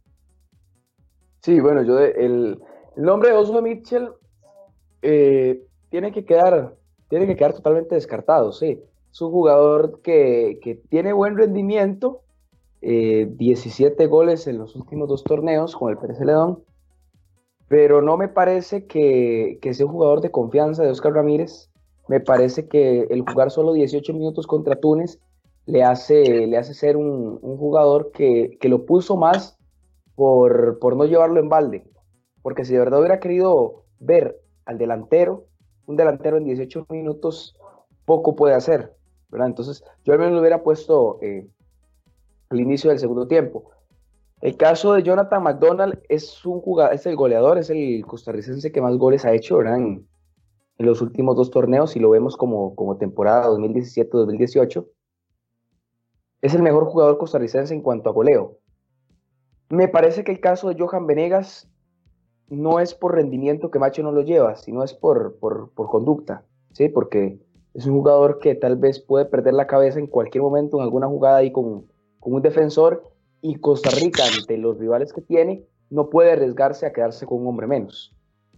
Sí, bueno, yo de, el, el nombre de Josué Mitchell eh, tiene que quedar tiene que quedar totalmente descartado, sí. Es un jugador que, que tiene buen rendimiento, eh, diecisiete goles en los últimos dos torneos con el Pérez Celedón, pero no me parece que, que sea un jugador de confianza de Óscar Ramírez. Me parece que el jugar solo dieciocho minutos contra Túnez le hace, le hace ser un, un jugador que, que lo puso más por, por no llevarlo en balde, porque si de verdad hubiera querido ver al delantero, un delantero en dieciocho minutos poco puede hacer, ¿verdad? Entonces yo al menos lo hubiera puesto eh, al inicio del segundo tiempo. El caso de Jonathan McDonald es un jugador, es el goleador, es el costarricense que más goles ha hecho, ¿verdad? En, en los últimos dos torneos, y lo vemos como, como temporada dos mil diecisiete dos mil dieciocho. Es el mejor jugador costarricense en cuanto a goleo. Me parece que el caso de Johan Venegas no es por rendimiento que Macho no lo lleva, sino es por, por, por conducta, ¿sí? Porque es un jugador que tal vez puede perder la cabeza en cualquier momento, en alguna jugada ahí con, con un defensor, y Costa Rica, ante los rivales que tiene, no puede arriesgarse a quedarse con un hombre menos.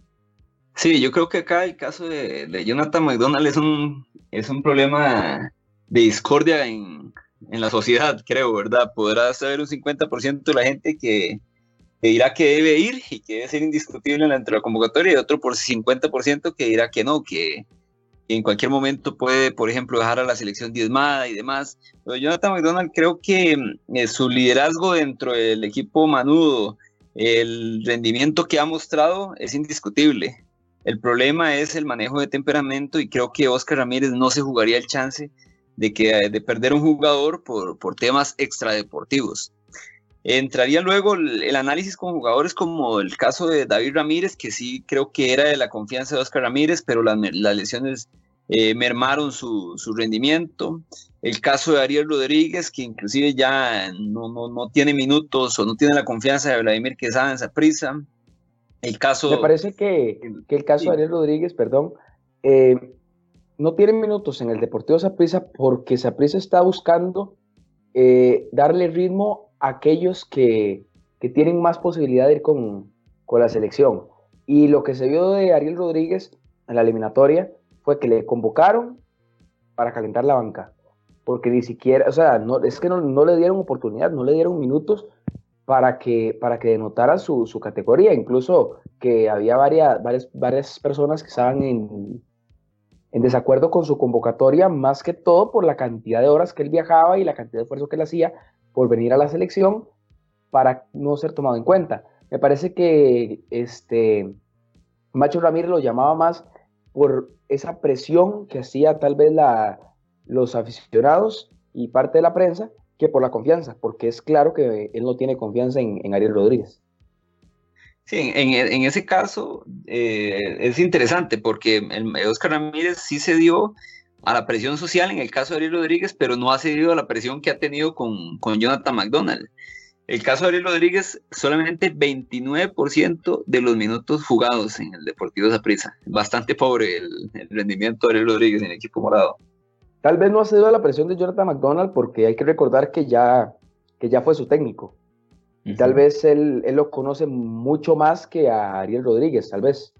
Sí, yo creo que acá el caso de, de Jonathan McDonald es un, es un problema de discordia en, en la sociedad, creo, ¿verdad? Podrá saber un cincuenta por ciento de la gente que, que dirá que debe ir y que debe ser indiscutible dentro de la convocatoria, y otro por cincuenta por ciento que dirá que no, que, que en cualquier momento puede, por ejemplo, dejar a la selección diezmada y demás. Pero Jonathan McDonald, creo que eh, su liderazgo dentro del equipo manudo, el rendimiento que ha mostrado es indiscutible. El problema es el manejo de temperamento, y creo que Óscar Ramírez no se jugaría el chance de, que, de perder un jugador por, por temas extradeportivos. Entraría luego el, el análisis con jugadores como el caso de David Ramírez, que sí creo que era de la confianza de Óscar Ramírez, pero las, las lesiones eh, mermaron su, su rendimiento. El caso de Ariel Rodríguez, que inclusive ya no, no, no tiene minutos o no tiene la confianza de Vladimir Quesada en Saprissa. El caso... Me parece que, que el caso sí. de Ariel Rodríguez, perdón, eh, no tiene minutos en el Deportivo Saprissa porque Saprissa está buscando eh, darle ritmo a aquellos que, que tienen más posibilidad de ir con, con la selección. Y lo que se vio de Ariel Rodríguez en la eliminatoria fue que le convocaron para calentar la banca, porque ni siquiera, o sea, no, es que no, no le dieron oportunidad, no le dieron minutos para que, para que denotara su, su categoría, incluso que había varias, varias, varias personas que estaban en, en desacuerdo con su convocatoria, más que todo por la cantidad de horas que él viajaba y la cantidad de esfuerzo que él hacía por venir a la selección para no ser tomado en cuenta. Me parece que este, Macho Ramírez lo llamaba más por esa presión que hacía tal vez la, los aficionados y parte de la prensa, que por la confianza, porque es claro que él no tiene confianza en, en Ariel Rodríguez. Sí, en, en ese caso eh, es interesante porque el, Óscar Ramírez sí se dio a la presión social en el caso de Ariel Rodríguez, pero no ha cedido a la presión que ha tenido con, con Jonathan McDonald. El caso de Ariel Rodríguez, solamente veintinueve por ciento de los minutos jugados en el Deportivo Saprissa. Bastante pobre el, el rendimiento de Ariel Rodríguez en el equipo morado. Tal vez no ha cedido a la presión de Jonathan McDonald porque hay que recordar que ya, que ya fue su técnico. Uh-huh. Tal vez él, él lo conoce mucho más que a Ariel Rodríguez, tal vez.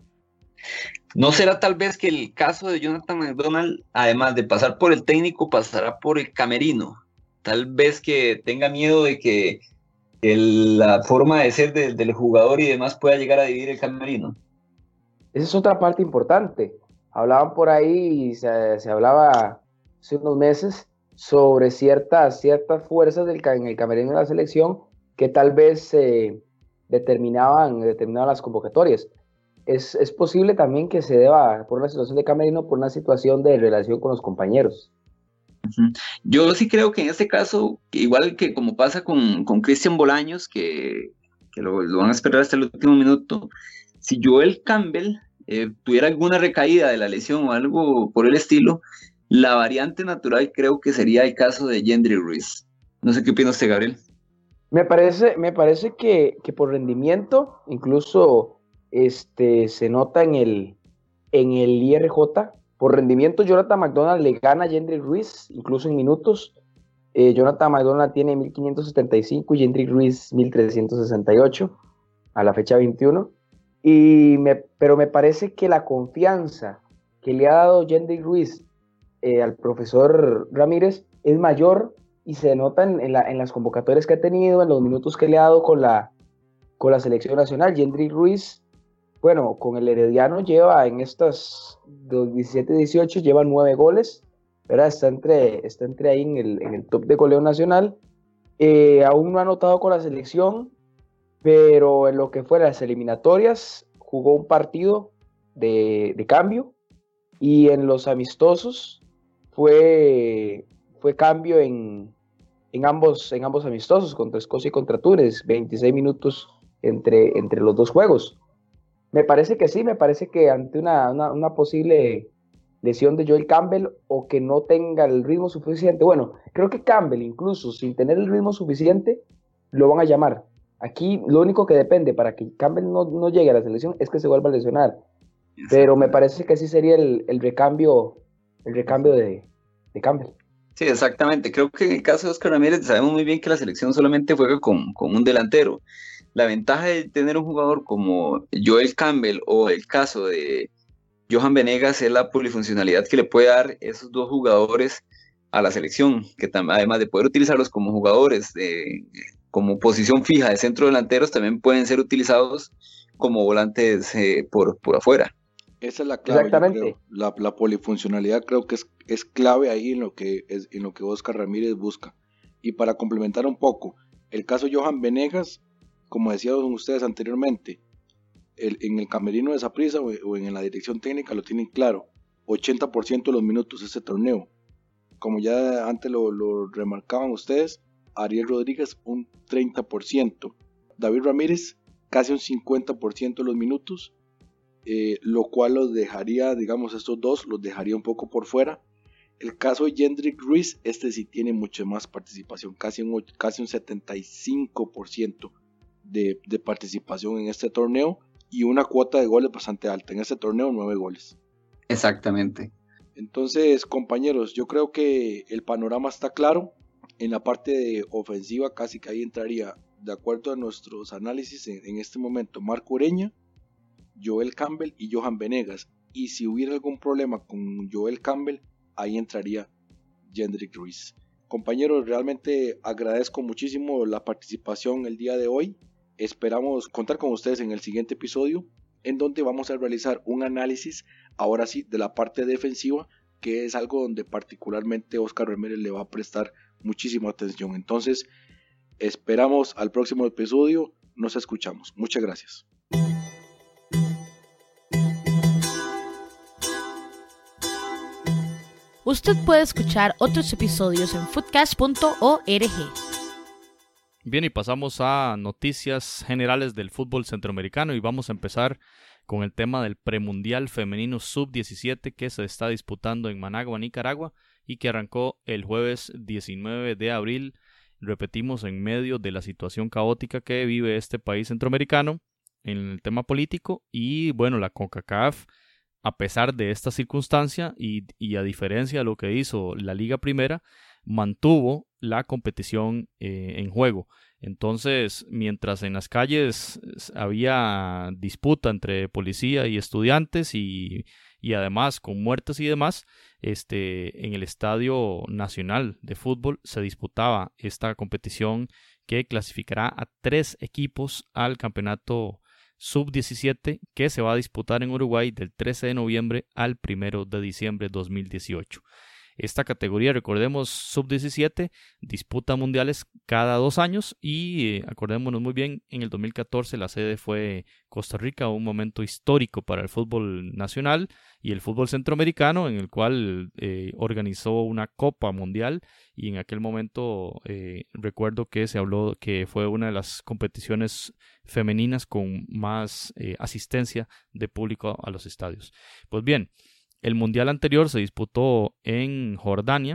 ¿No será tal vez que el caso de Jonathan McDonald, además de pasar por el técnico, pasará por el camerino? Tal vez que tenga miedo de que el, la forma de ser de, del jugador y demás pueda llegar a dividir el camerino. Esa es otra parte importante. Hablaban por ahí, y se, se hablaba hace unos meses sobre ciertas, ciertas fuerzas del, en el camerino de la selección que tal vez eh, determinaban, determinaban las convocatorias. Es, es posible también que se deba por una situación de camerino, por una situación de relación con los compañeros. Yo sí creo que en este caso, igual que como pasa con, con Cristian Bolaños, que, que lo, lo van a esperar hasta el último minuto, si Joel Campbell eh, tuviera alguna recaída de la lesión o algo por el estilo, la variante natural creo que sería el caso de Yendry Ruiz. No sé qué opina usted, Gabriel. Me parece, me parece que, que por rendimiento, incluso este, se nota en el, en el I R J, por rendimiento Jonathan McDonald le gana a Yendry Ruiz, incluso en minutos. Eh, Jonathan McDonald tiene mil quinientos setenta y cinco y Yendry Ruiz mil trescientos sesenta y ocho a la fecha veintiuno. Y me, pero me parece que la confianza que le ha dado Yendry Ruiz eh, al profesor Ramírez es mayor y se nota en, en, la, en las convocatorias que ha tenido, en los minutos que le ha dado con la, con la selección nacional. Jendrik Ruiz, bueno, con el Herediano lleva en estas diecisiete dieciocho, lleva nueve goles, ¿verdad? Está entre, está entre ahí en el, en el top de goleo nacional. Eh, aún no ha anotado con la selección, pero en lo que fue las eliminatorias jugó un partido de, de cambio, y en los amistosos fue, fue cambio en, en, ambos, en ambos amistosos, contra Escocia y contra Túnez, veintiséis minutos entre, entre los dos juegos. Me parece que sí, me parece que ante una, una, una posible lesión de Joel Campbell, o que no tenga el ritmo suficiente, bueno, creo que Campbell, incluso sin tener el ritmo suficiente, lo van a llamar. Aquí lo único que depende para que Campbell no, no llegue a la selección es que se vuelva a lesionar. Pero me parece que sí sería el, el recambio, el recambio de, de Campbell. Sí, exactamente. Creo que en el caso de Oscar Ramírez sabemos muy bien que la selección solamente juega con, con un delantero. La ventaja de tener un jugador como Joel Campbell o el caso de Johan Venegas es la polifuncionalidad que le puede dar esos dos jugadores a la selección, que tam- además de poder utilizarlos como jugadores de, como posición fija de centro delanteros, también pueden ser utilizados como volantes eh, por, por afuera. Esa es la clave. Exactamente. Yo creo. La, la polifuncionalidad creo que es, es clave ahí en lo que es, en lo que Oscar Ramírez busca. Y para complementar un poco, el caso de Johan Venegas, como decían ustedes anteriormente, el, en el camerino de Saprissa o, o en la dirección técnica lo tienen claro, ochenta por ciento de los minutos ese torneo. Como ya antes lo, lo remarcaban ustedes, Ariel Rodríguez un treinta por ciento, David Ramírez casi un cincuenta por ciento de los minutos. Eh, lo cual los dejaría, digamos, estos dos los dejaría un poco por fuera. El caso de Jendrik Ruiz, este sí tiene mucha más participación, casi un, casi un setenta y cinco por ciento de, de participación en este torneo, y una cuota de goles bastante alta. En este torneo, nueve goles. Exactamente. Entonces, compañeros, yo creo que el panorama está claro. En la parte de ofensiva, casi que ahí entraría, de acuerdo a nuestros análisis en, en este momento, Marco Ureña, Joel Campbell y Johan Venegas. Y si hubiera algún problema con Joel Campbell, ahí entraría Jendrik Ruiz. Compañeros, realmente agradezco muchísimo la participación el día de hoy. Esperamos contar con ustedes en el siguiente episodio, en donde vamos a realizar un análisis, ahora sí, de la parte defensiva, que es algo donde particularmente Oscar Ramírez le va a prestar muchísima atención. Entonces, esperamos al próximo episodio. Nos escuchamos. Muchas gracias. Usted puede escuchar otros episodios en footcast punto org. Bien, y pasamos a noticias generales del fútbol centroamericano, y vamos a empezar con el tema del premundial femenino sub diecisiete que se está disputando en Managua, Nicaragua, y que arrancó el jueves diecinueve de abril. Repetimos, en medio de la situación caótica que vive este país centroamericano en el tema político, y bueno, la CONCACAF, a pesar de esta circunstancia y, y a diferencia de lo que hizo la Liga Primera, mantuvo la competición eh, en juego. Entonces, mientras en las calles había disputa entre policía y estudiantes, y, y además con muertes y demás, este, en el Estadio Nacional de Fútbol se disputaba esta competición que clasificará a tres equipos al campeonato sub diecisiete, que se va a disputar en Uruguay del trece de noviembre al primero de diciembre de dos mil dieciocho. Esta categoría, recordemos, sub diecisiete, disputa mundiales cada dos años, y eh, acordémonos muy bien, en el dos mil catorce la sede fue Costa Rica, un momento histórico para el fútbol nacional y el fútbol centroamericano, en el cual eh, organizó una Copa Mundial, y en aquel momento eh, recuerdo que se habló que fue una de las competiciones femeninas con más eh, asistencia de público a los estadios. Pues bien, el mundial anterior se disputó en Jordania,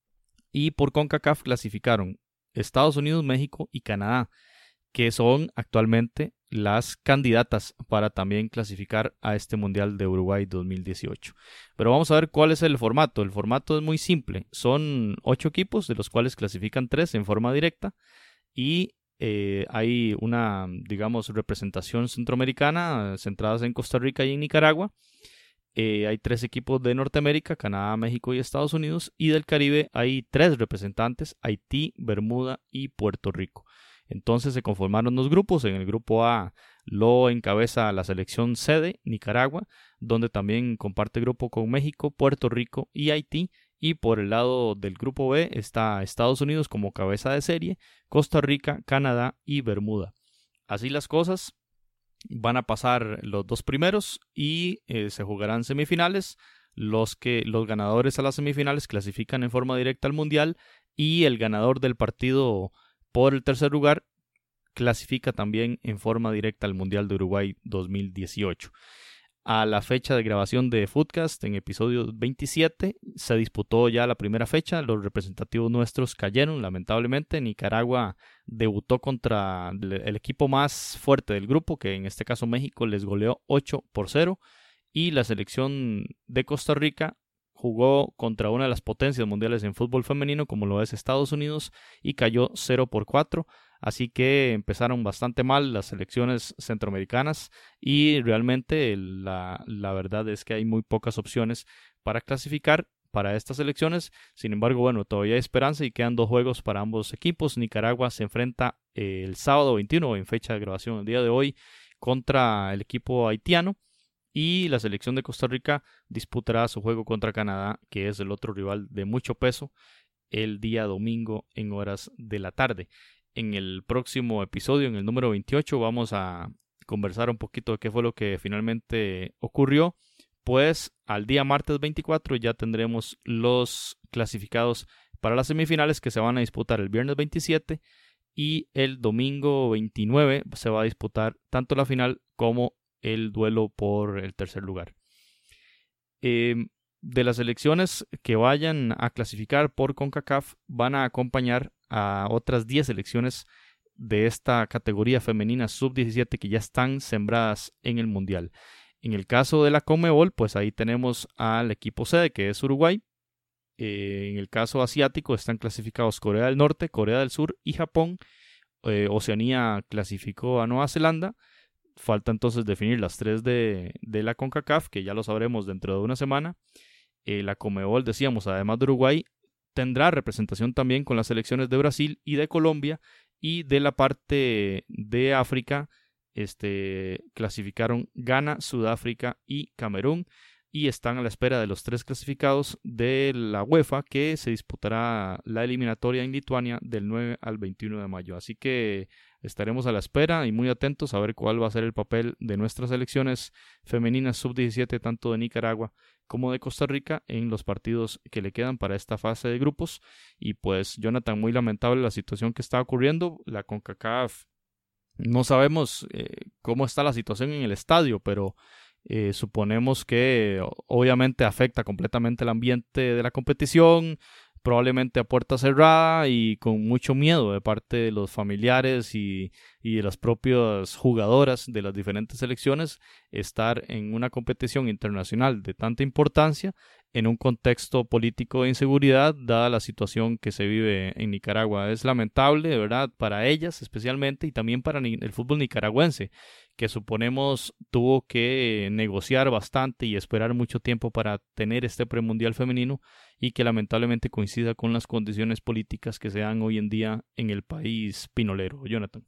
y por CONCACAF clasificaron Estados Unidos, México y Canadá, que son actualmente las candidatas para también clasificar a este mundial de Uruguay dos mil dieciocho. Pero vamos a ver cuál es el formato. El formato es muy simple. Son ocho equipos, de los cuales clasifican tres en forma directa, y eh, hay una, digamos, representación centroamericana centradas en Costa Rica y en Nicaragua. Eh, hay tres equipos de Norteamérica, Canadá, México y Estados Unidos, y del Caribe hay tres representantes, Haití, Bermuda y Puerto Rico. Entonces se conformaron dos grupos. En el grupo A lo encabeza la selección sede, Nicaragua, donde también comparte grupo con México, Puerto Rico y Haití. Y por el lado del grupo B está Estados Unidos como cabeza de serie, Costa Rica, Canadá y Bermuda. Así las cosas, van a pasar los dos primeros y eh, se jugarán semifinales. Los, que, los ganadores a las semifinales clasifican en forma directa al Mundial, y el ganador del partido por el tercer lugar clasifica también en forma directa al Mundial de Uruguay dos mil dieciocho. A la fecha de grabación de Footcast, en episodio veintisiete, se disputó ya la primera fecha. Los representativos nuestros cayeron, lamentablemente. Nicaragua debutó contra el equipo más fuerte del grupo, que en este caso México, les goleó ocho por cero. Y la selección de Costa Rica jugó contra una de las potencias mundiales en fútbol femenino, como lo es Estados Unidos, y cayó cero por cuatro. Así que empezaron bastante mal las selecciones centroamericanas, y realmente la, la verdad es que hay muy pocas opciones para clasificar para estas selecciones. Sin embargo, bueno, todavía hay esperanza y quedan dos juegos para ambos equipos. Nicaragua se enfrenta eh, el sábado veintiuno, en fecha de grabación el día de hoy, contra el equipo haitiano. Y la selección de Costa Rica disputará su juego contra Canadá, que es el otro rival de mucho peso, el día domingo en horas de la tarde. En el próximo episodio, en el número veintiocho, vamos a conversar un poquito de qué fue lo que finalmente ocurrió. Pues al día martes veinticuatro ya tendremos los clasificados para las semifinales, que se van a disputar el viernes veintisiete, y el domingo veintinueve se va a disputar tanto la final como el duelo por el tercer lugar. Eh, de las selecciones que vayan a clasificar por CONCACAF, van a acompañar a otras diez selecciones de esta categoría femenina sub diecisiete que ya están sembradas en el Mundial. En el caso de la CONMEBOL, pues ahí tenemos al equipo sede, que es Uruguay. Eh, en el caso asiático están clasificados Corea del Norte, Corea del Sur y Japón. Eh, Oceanía clasificó a Nueva Zelanda. Falta entonces definir las tres de, de la CONCACAF, que ya lo sabremos dentro de una semana. Eh, la CONMEBOL, decíamos, además de Uruguay, tendrá representación también con las selecciones de Brasil y de Colombia. Y de la parte de África, este, clasificaron Ghana, Sudáfrica y Camerún. Y están a la espera de los tres clasificados de la UEFA, que se disputará la eliminatoria en Lituania del nueve al veintiuno de mayo. Así que estaremos a la espera y muy atentos a ver cuál va a ser el papel de nuestras selecciones femeninas sub diecisiete, tanto de Nicaragua como de Costa Rica, en los partidos que le quedan para esta fase de grupos. Y pues, Jonathan, muy lamentable la situación que está ocurriendo. La CONCACAF, no sabemos eh, cómo está la situación en el estadio, pero Eh, suponemos que obviamente afecta completamente el ambiente de la competición, probablemente a puerta cerrada y con mucho miedo de parte de los familiares y, y de las propias jugadoras de las diferentes selecciones, estar en una competición internacional de tanta importancia en un contexto político de inseguridad, dada la situación que se vive en Nicaragua. Es lamentable, de verdad, para ellas especialmente, y también para el fútbol nicaragüense, que suponemos tuvo que negociar bastante y esperar mucho tiempo para tener este premundial femenino, y que lamentablemente coincida con las condiciones políticas que se dan hoy en día en el país pinolero. Jonathan.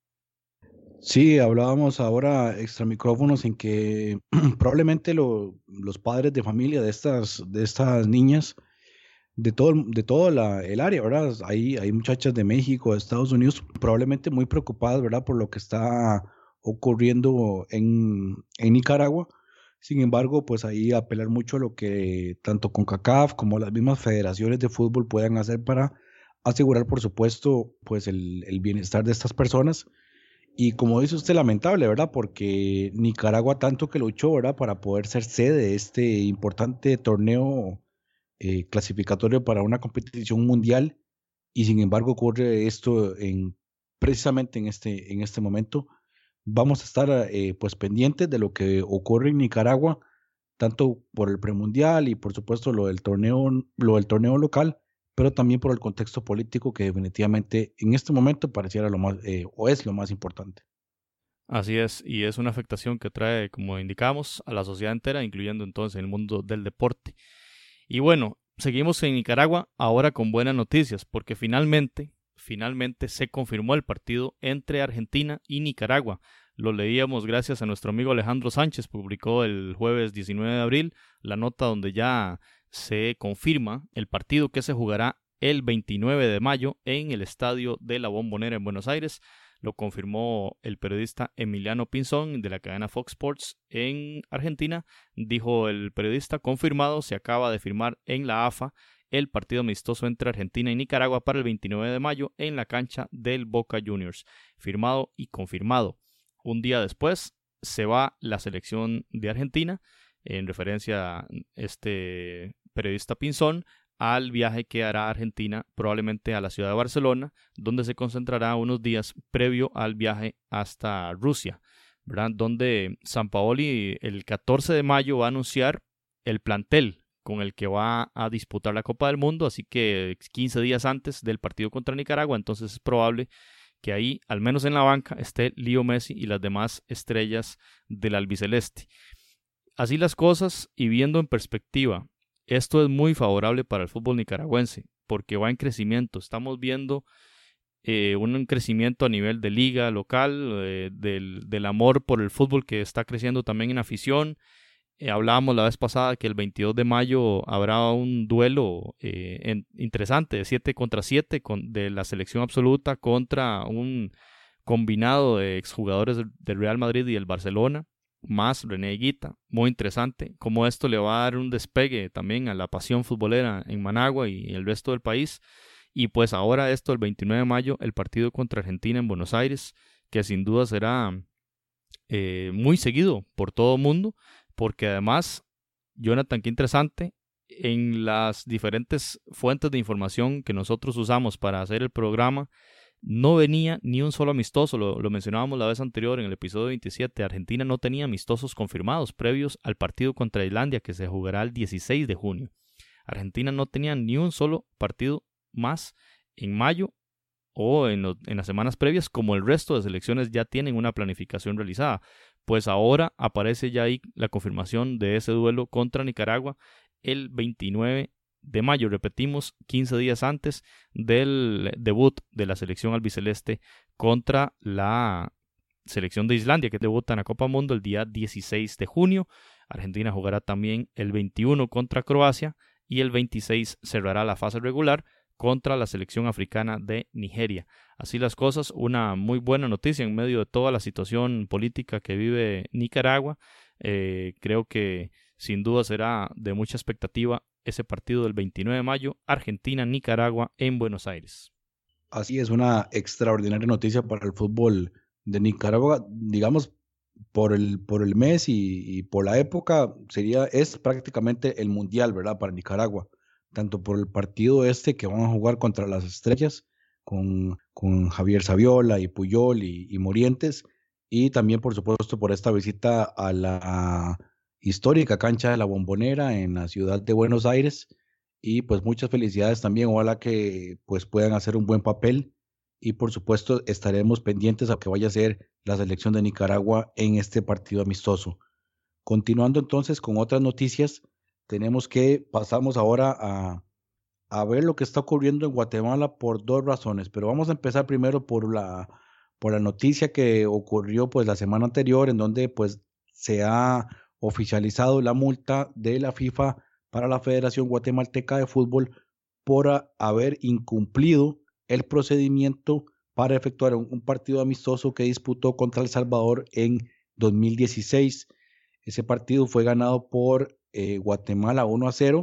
Sí, hablábamos ahora extra micrófonos en que probablemente lo, los padres de familia de estas, de estas niñas, de todo, de todo la, el área, ¿verdad? Hay, hay muchachas de México, de Estados Unidos, probablemente muy preocupadas, ¿verdad? Por lo que está ocurriendo en, en Nicaragua. Sin embargo, pues ahí apelar mucho a lo que tanto CONCACAF como las mismas federaciones de fútbol puedan hacer para asegurar, por supuesto, pues el, el bienestar de estas personas. Y como dice usted, lamentable, ¿verdad? Porque Nicaragua tanto que luchó, ¿verdad? Para poder ser sede de este importante torneo eh, clasificatorio para una competición mundial, y sin embargo ocurre esto en, precisamente en este, en este momento. Vamos a estar eh, pues pendientes de lo que ocurre en Nicaragua, tanto por el premundial y por supuesto lo del torneo, lo del torneo local, pero también por el contexto político, que definitivamente en este momento pareciera lo más, eh, o es lo más importante. Así es, y es una afectación que trae, como indicamos, a la sociedad entera, incluyendo entonces el mundo del deporte. Y bueno, seguimos en Nicaragua ahora con buenas noticias, porque finalmente, finalmente se confirmó el partido entre Argentina y Nicaragua. Lo leíamos gracias a nuestro amigo Alejandro Sánchez, publicó el jueves diecinueve de abril la nota donde ya se confirma el partido que se jugará el veintinueve de mayo en el estadio de La Bombonera en Buenos Aires. Lo confirmó el periodista Emiliano Pinzón de la cadena Fox Sports en Argentina. Dijo el periodista: confirmado, se acaba de firmar en la A F A el partido amistoso entre Argentina y Nicaragua para el veintinueve de mayo en la cancha del Boca Juniors. Firmado y confirmado. Un día después se va la selección de Argentina, en referencia a este periodista Pinzón, al viaje que hará Argentina probablemente a la ciudad de Barcelona, donde se concentrará unos días previo al viaje hasta Rusia, ¿verdad? Donde Sampaoli el catorce de mayo va a anunciar el plantel con el que va a disputar la Copa del Mundo, así que quince días antes del partido contra Nicaragua, entonces es probable que ahí, al menos en la banca, esté Leo Messi y las demás estrellas del albiceleste. Así las cosas, y viendo en perspectiva, esto es muy favorable para el fútbol nicaragüense, porque va en crecimiento. Estamos viendo eh, un crecimiento a nivel de liga local, eh, del, del amor por el fútbol que está creciendo también en afición. Eh, hablábamos la vez pasada que el veintidós de mayo habrá un duelo eh, en, interesante de siete contra siete con, de la selección absoluta contra un combinado de exjugadores del, del Real Madrid y del Barcelona, más René Higuita. Muy interesante cómo esto le va a dar un despegue también a la pasión futbolera en Managua y el resto del país. Y pues ahora esto, el veintinueve de mayo, el partido contra Argentina en Buenos Aires, que sin duda será eh, muy seguido por todo el mundo, porque además, Jonathan, qué interesante, en las diferentes fuentes de información que nosotros usamos para hacer el programa, no venía ni un solo amistoso. Lo, lo mencionábamos la vez anterior en el episodio veintisiete. Argentina no tenía amistosos confirmados previos al partido contra Islandia, que se jugará el dieciséis de junio. Argentina no tenía ni un solo partido más en mayo o en, lo, en las semanas previas, como el resto de selecciones ya tienen una planificación realizada. Pues ahora aparece ya ahí la confirmación de ese duelo contra Nicaragua el veintinueve de mayo, repetimos, quince días antes del debut de la selección albiceleste contra la selección de Islandia, que debuta en la Copa Mundo el día dieciséis de junio. Argentina jugará también el veintiuno contra Croacia y el veintiséis cerrará la fase regular contra la selección africana de Nigeria. Así las cosas, una muy buena noticia en medio de toda la situación política que vive Nicaragua. Eh, creo que sin duda será de mucha expectativa ese partido del veintinueve de mayo, Argentina-Nicaragua en Buenos Aires. Así es, una extraordinaria noticia para el fútbol de Nicaragua, digamos, por el, por el mes y, y por la época, sería, es prácticamente el mundial, ¿verdad?, para Nicaragua, tanto por el partido este que van a jugar contra las estrellas, con, con Javier Saviola y Puyol y, y Morientes, y también, por supuesto, por esta visita a la histórica cancha de La Bombonera en la ciudad de Buenos Aires. Y pues muchas felicidades también, ojalá que pues puedan hacer un buen papel, y por supuesto estaremos pendientes a que vaya a ser la selección de Nicaragua en este partido amistoso. Continuando entonces con otras noticias, tenemos que pasamos ahora a, a ver lo que está ocurriendo en Guatemala por dos razones, pero vamos a empezar primero por la, por la noticia que ocurrió pues la semana anterior, en donde pues se ha oficializado la multa de la FIFA para la Federación Guatemalteca de Fútbol por haber incumplido el procedimiento para efectuar un, un partido amistoso que disputó contra El Salvador en dos mil dieciséis. Ese partido fue ganado por eh, Guatemala uno a cero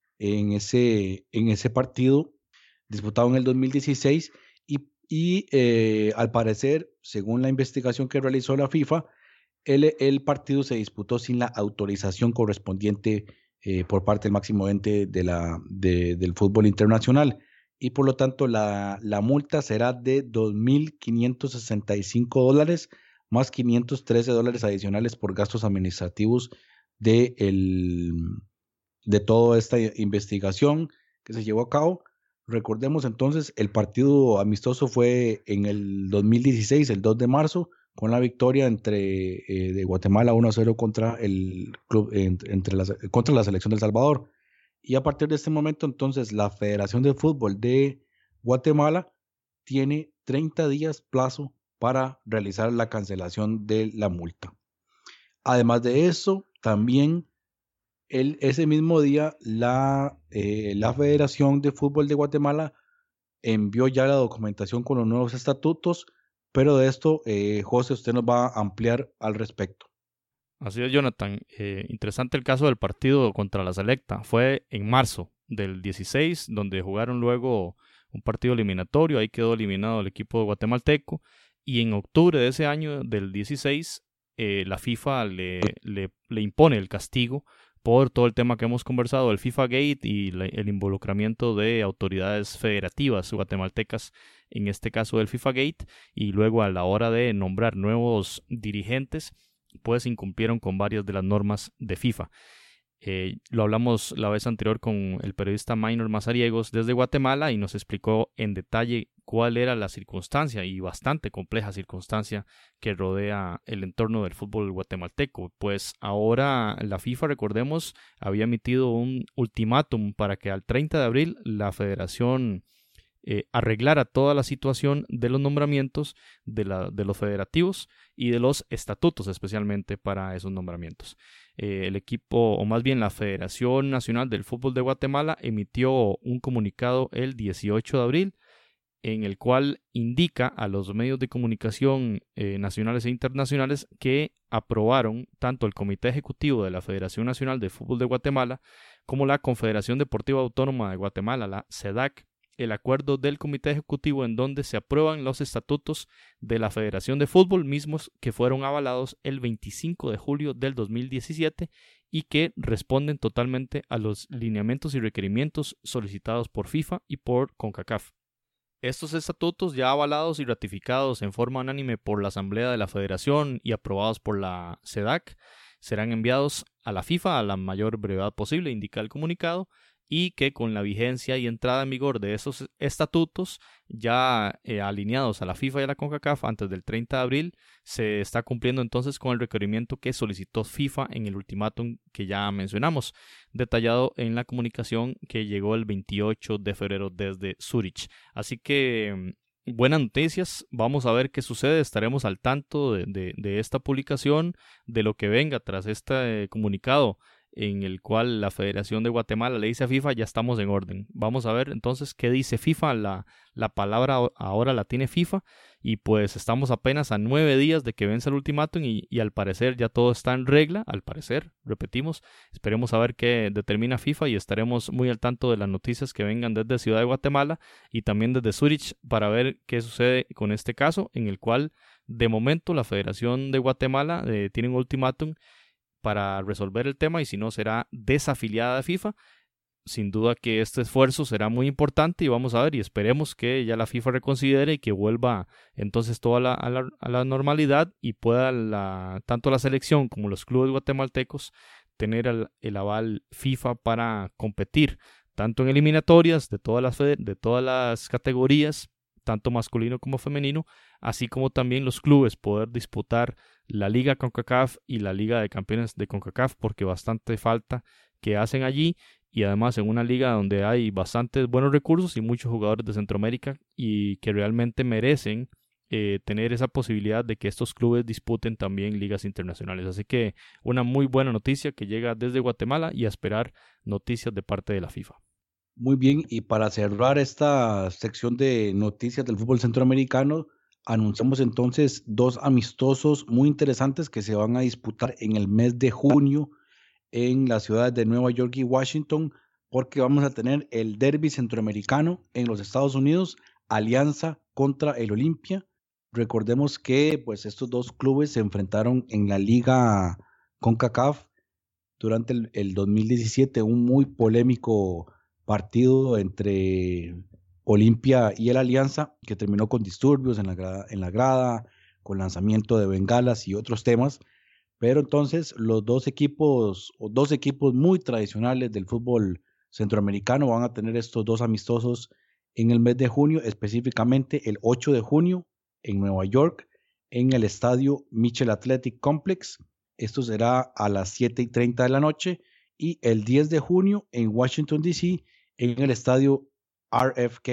en ese, en ese partido disputado en el dos mil dieciséis, y, y eh, al parecer, según la investigación que realizó la FIFA, el, el partido se disputó sin la autorización correspondiente Eh, por parte del máximo ente de la, de, del fútbol internacional, y por lo tanto la, la multa será de dos mil quinientos sesenta y cinco dólares más quinientos trece dólares adicionales por gastos administrativos de, el, de toda esta investigación que se llevó a cabo. Recordemos entonces, el partido amistoso fue en el dos mil dieciséis, el dos de marzo, con la victoria entre, eh, de Guatemala uno a cero contra, el club, eh, entre la, contra la selección de El Salvador. Y a partir de este momento, entonces, la Federación de Fútbol de Guatemala tiene treinta días plazo para realizar la cancelación de la multa. Además de eso, también el, ese mismo día la, eh, la Federación de Fútbol de Guatemala envió ya la documentación con los nuevos estatutos, pero de esto, eh, José, usted nos va a ampliar al respecto. Así es, Jonathan. Eh, interesante el caso del partido contra la Selecta. Fue en marzo del dieciséis, donde jugaron luego un partido eliminatorio. Ahí quedó eliminado el equipo guatemalteco. Y en octubre de ese año, del dieciséis, eh, la FIFA le, le, le impone el castigo por todo el tema que hemos conversado, el FIFA Gate y la, el involucramiento de autoridades federativas guatemaltecas, en este caso del FIFA Gate, y luego a la hora de nombrar nuevos dirigentes, pues incumplieron con varias de las normas de FIFA. Eh, lo hablamos la vez anterior con el periodista Maynor Mazariegos desde Guatemala y nos explicó en detalle cuál era la circunstancia y bastante compleja circunstancia que rodea el entorno del fútbol guatemalteco. Pues ahora la FIFA, recordemos, había emitido un ultimátum para que al treinta de abril la federación eh, arreglara toda la situación de los nombramientos de, la, de los federativos y de los estatutos, especialmente para esos nombramientos. Eh, el equipo, o más bien la Federación Nacional del Fútbol de Guatemala, emitió un comunicado el dieciocho de abril en el cual indica a los medios de comunicación eh, nacionales e internacionales que aprobaron tanto el Comité Ejecutivo de la Federación Nacional de Fútbol de Guatemala como la Confederación Deportiva Autónoma de Guatemala, la CEDAC, el acuerdo del Comité Ejecutivo en donde se aprueban los estatutos de la Federación de Fútbol, mismos que fueron avalados el veinticinco de julio del dos mil diecisiete y que responden totalmente a los lineamientos y requerimientos solicitados por FIFA y por CONCACAF. Estos estatutos, ya avalados y ratificados en forma unánime por la Asamblea de la Federación y aprobados por la CEDAC, serán enviados a la FIFA a la mayor brevedad posible, indica el comunicado, y que con la vigencia y entrada en vigor de esos estatutos ya eh, alineados a la FIFA y a la CONCACAF antes del treinta de abril, se está cumpliendo entonces con el requerimiento que solicitó FIFA en el ultimátum que ya mencionamos, detallado en la comunicación que llegó el veintiocho de febrero desde Zurich. Así que buenas noticias, vamos a ver qué sucede, estaremos al tanto de, de, de esta publicación, de lo que venga tras este eh, comunicado en el cual la Federación de Guatemala le dice a FIFA, ya estamos en orden. Vamos a ver entonces qué dice FIFA, la, la palabra ahora la tiene FIFA, y pues estamos apenas a nueve días de que vence el ultimátum y, y al parecer ya todo está en regla, al parecer, repetimos, esperemos a ver qué determina FIFA y estaremos muy al tanto de las noticias que vengan desde Ciudad de Guatemala y también desde Zurich para ver qué sucede con este caso, en el cual de momento la Federación de Guatemala eh, tiene un ultimátum para resolver el tema y si no será desafiliada de FIFA. Sin duda que este esfuerzo será muy importante y vamos a ver y esperemos que ya la FIFA reconsidere y que vuelva entonces toda la, a, la, a la normalidad y pueda la, tanto la selección como los clubes guatemaltecos tener el, el aval FIFA para competir tanto en eliminatorias de todas las, de todas las categorías, tanto masculino como femenino, así como también los clubes poder disputar la Liga CONCACAF y la Liga de Campeones de CONCACAF, porque bastante falta que hacen allí, y además en una liga donde hay bastantes buenos recursos y muchos jugadores de Centroamérica y que realmente merecen eh, tener esa posibilidad de que estos clubes disputen también ligas internacionales. Así que una muy buena noticia que llega desde Guatemala y a esperar noticias de parte de la FIFA. Muy bien, y para cerrar esta sección de noticias del fútbol centroamericano, anunciamos entonces dos amistosos muy interesantes que se van a disputar en el mes de junio en las ciudades de Nueva York y Washington, porque vamos a tener el derbi centroamericano en los Estados Unidos, Alianza contra el Olimpia. Recordemos que pues estos dos clubes se enfrentaron en la Liga CONCACAF durante el, el dos mil diecisiete, un muy polémico partido entre Olimpia y el Alianza, que terminó con disturbios en la grada, en la grada, con lanzamiento de bengalas y otros temas. Pero entonces los dos equipos, o dos equipos muy tradicionales del fútbol centroamericano van a tener estos dos amistosos en el mes de junio, específicamente el ocho de junio en Nueva York, en el estadio Mitchell Athletic Complex. Esto será a las siete y treinta de la noche. Y el diez de junio en Washington, D C, en el estadio R F K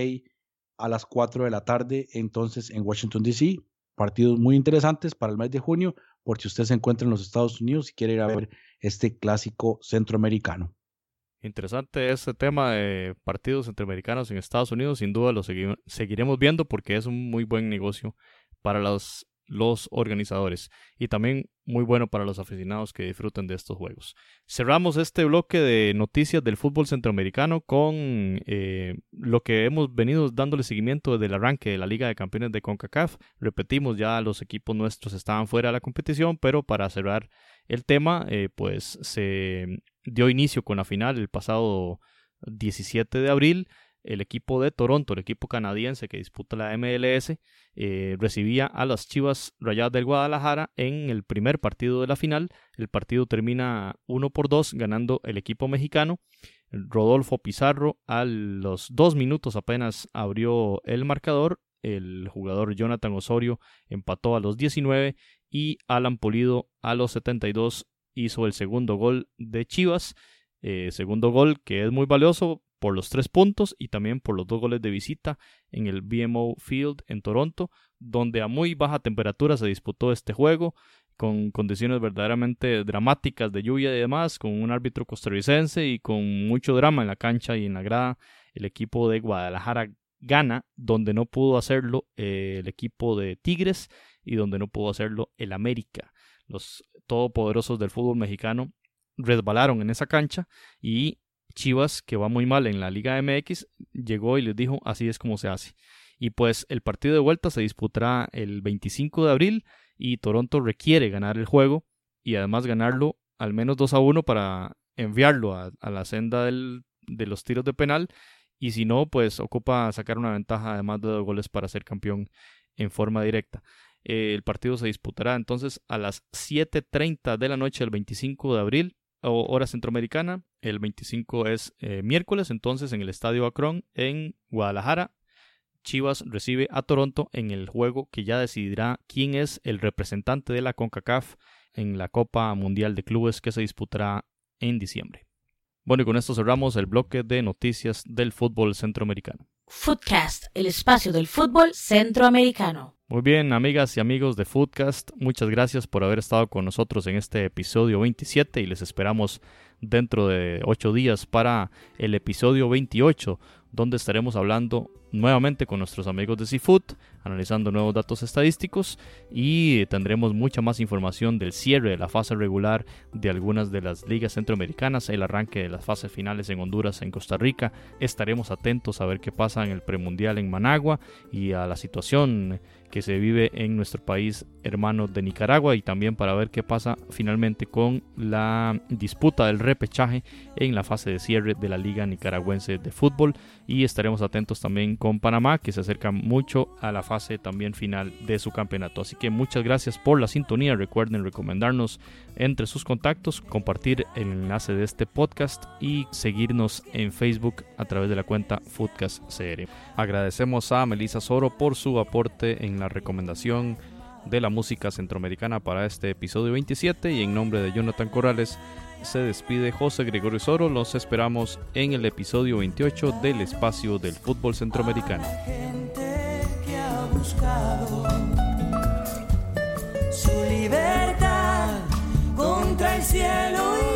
a las cuatro de la tarde, entonces en Washington, D C. Partidos muy interesantes para el mes de junio, por si usted se encuentra en los Estados Unidos y quiere ir a ver este clásico centroamericano. Interesante este tema de partidos centroamericanos en Estados Unidos. Sin duda lo segui- seguiremos viendo porque es un muy buen negocio para los, los organizadores y también muy bueno para los aficionados que disfruten de estos juegos. Cerramos este bloque de noticias del fútbol centroamericano con eh, lo que hemos venido dándole seguimiento desde el arranque de la Liga de Campeones de CONCACAF. Repetimos, ya los equipos nuestros estaban fuera de la competición, pero para cerrar el tema, eh, pues se dio inicio con la final el pasado diecisiete de abril. El equipo de Toronto, el equipo canadiense que disputa la M L S, eh, recibía a las Chivas Rayadas del Guadalajara en el primer partido de la final. El partido termina uno por dos, ganando el equipo mexicano. Rodolfo Pizarro a los dos minutos apenas abrió el marcador. El jugador Jonathan Osorio empató a los diecinueve y Alan Pulido a los setenta y dos hizo el segundo gol de Chivas. Eh, segundo gol que es muy valioso por los tres puntos y también por los dos goles de visita en el B M O Field en Toronto, donde a muy baja temperatura se disputó este juego, con condiciones verdaderamente dramáticas de lluvia y demás, con un árbitro costarricense y con mucho drama en la cancha y en la grada. El equipo de Guadalajara gana, donde no pudo hacerlo eh, el equipo de Tigres y donde no pudo hacerlo el América. Los todopoderosos del fútbol mexicano resbalaron en esa cancha y Chivas, que va muy mal en la Liga M X, llegó y les dijo así es como se hace. Y pues el partido de vuelta se disputará el veinticinco de abril y Toronto requiere ganar el juego y además ganarlo al menos dos a uno para enviarlo a, a la senda del, de los tiros de penal, y si no, pues ocupa sacar una ventaja además de dos goles para ser campeón en forma directa. Eh, el partido se disputará entonces a las siete treinta de la noche del veinticinco de abril, o hora centroamericana. El veinticinco es eh, miércoles, entonces en el Estadio Akron en Guadalajara. Chivas recibe a Toronto en el juego que ya decidirá quién es el representante de la CONCACAF en la Copa Mundial de Clubes que se disputará en diciembre. Bueno, y con esto cerramos el bloque de noticias del fútbol centroamericano. Footcast, el espacio del fútbol centroamericano. Muy bien, amigas y amigos de Footcast, muchas gracias por haber estado con nosotros en este episodio veintisiete y les esperamos dentro de ocho días para el episodio veintiocho, donde estaremos hablando nuevamente con nuestros amigos de Seafood, analizando nuevos datos estadísticos y tendremos mucha más información del cierre de la fase regular de algunas de las ligas centroamericanas, el arranque de las fases finales en Honduras, en Costa Rica. Estaremos atentos a ver qué pasa en el premundial en Managua y a la situación que se vive en nuestro país hermano de Nicaragua, y también para ver qué pasa finalmente con la disputa del repechaje en la fase de cierre de la Liga Nicaragüense de Fútbol, y estaremos atentos también con Panamá, que se acerca mucho a la fase también final de su campeonato. Así que muchas gracias por la sintonía. Recuerden recomendarnos entre sus contactos, compartir el enlace de este podcast y seguirnos en Facebook a través de la cuenta Footcast C R. Agradecemos a Melissa Soro por su aporte en la recomendación de la música centroamericana para este episodio veintisiete, y en nombre de Jonathan Corrales se despide José Gregorio Soro. Los esperamos en el episodio veintiocho del espacio del fútbol centroamericano. Gente que ha buscado su libertad contra el cielo y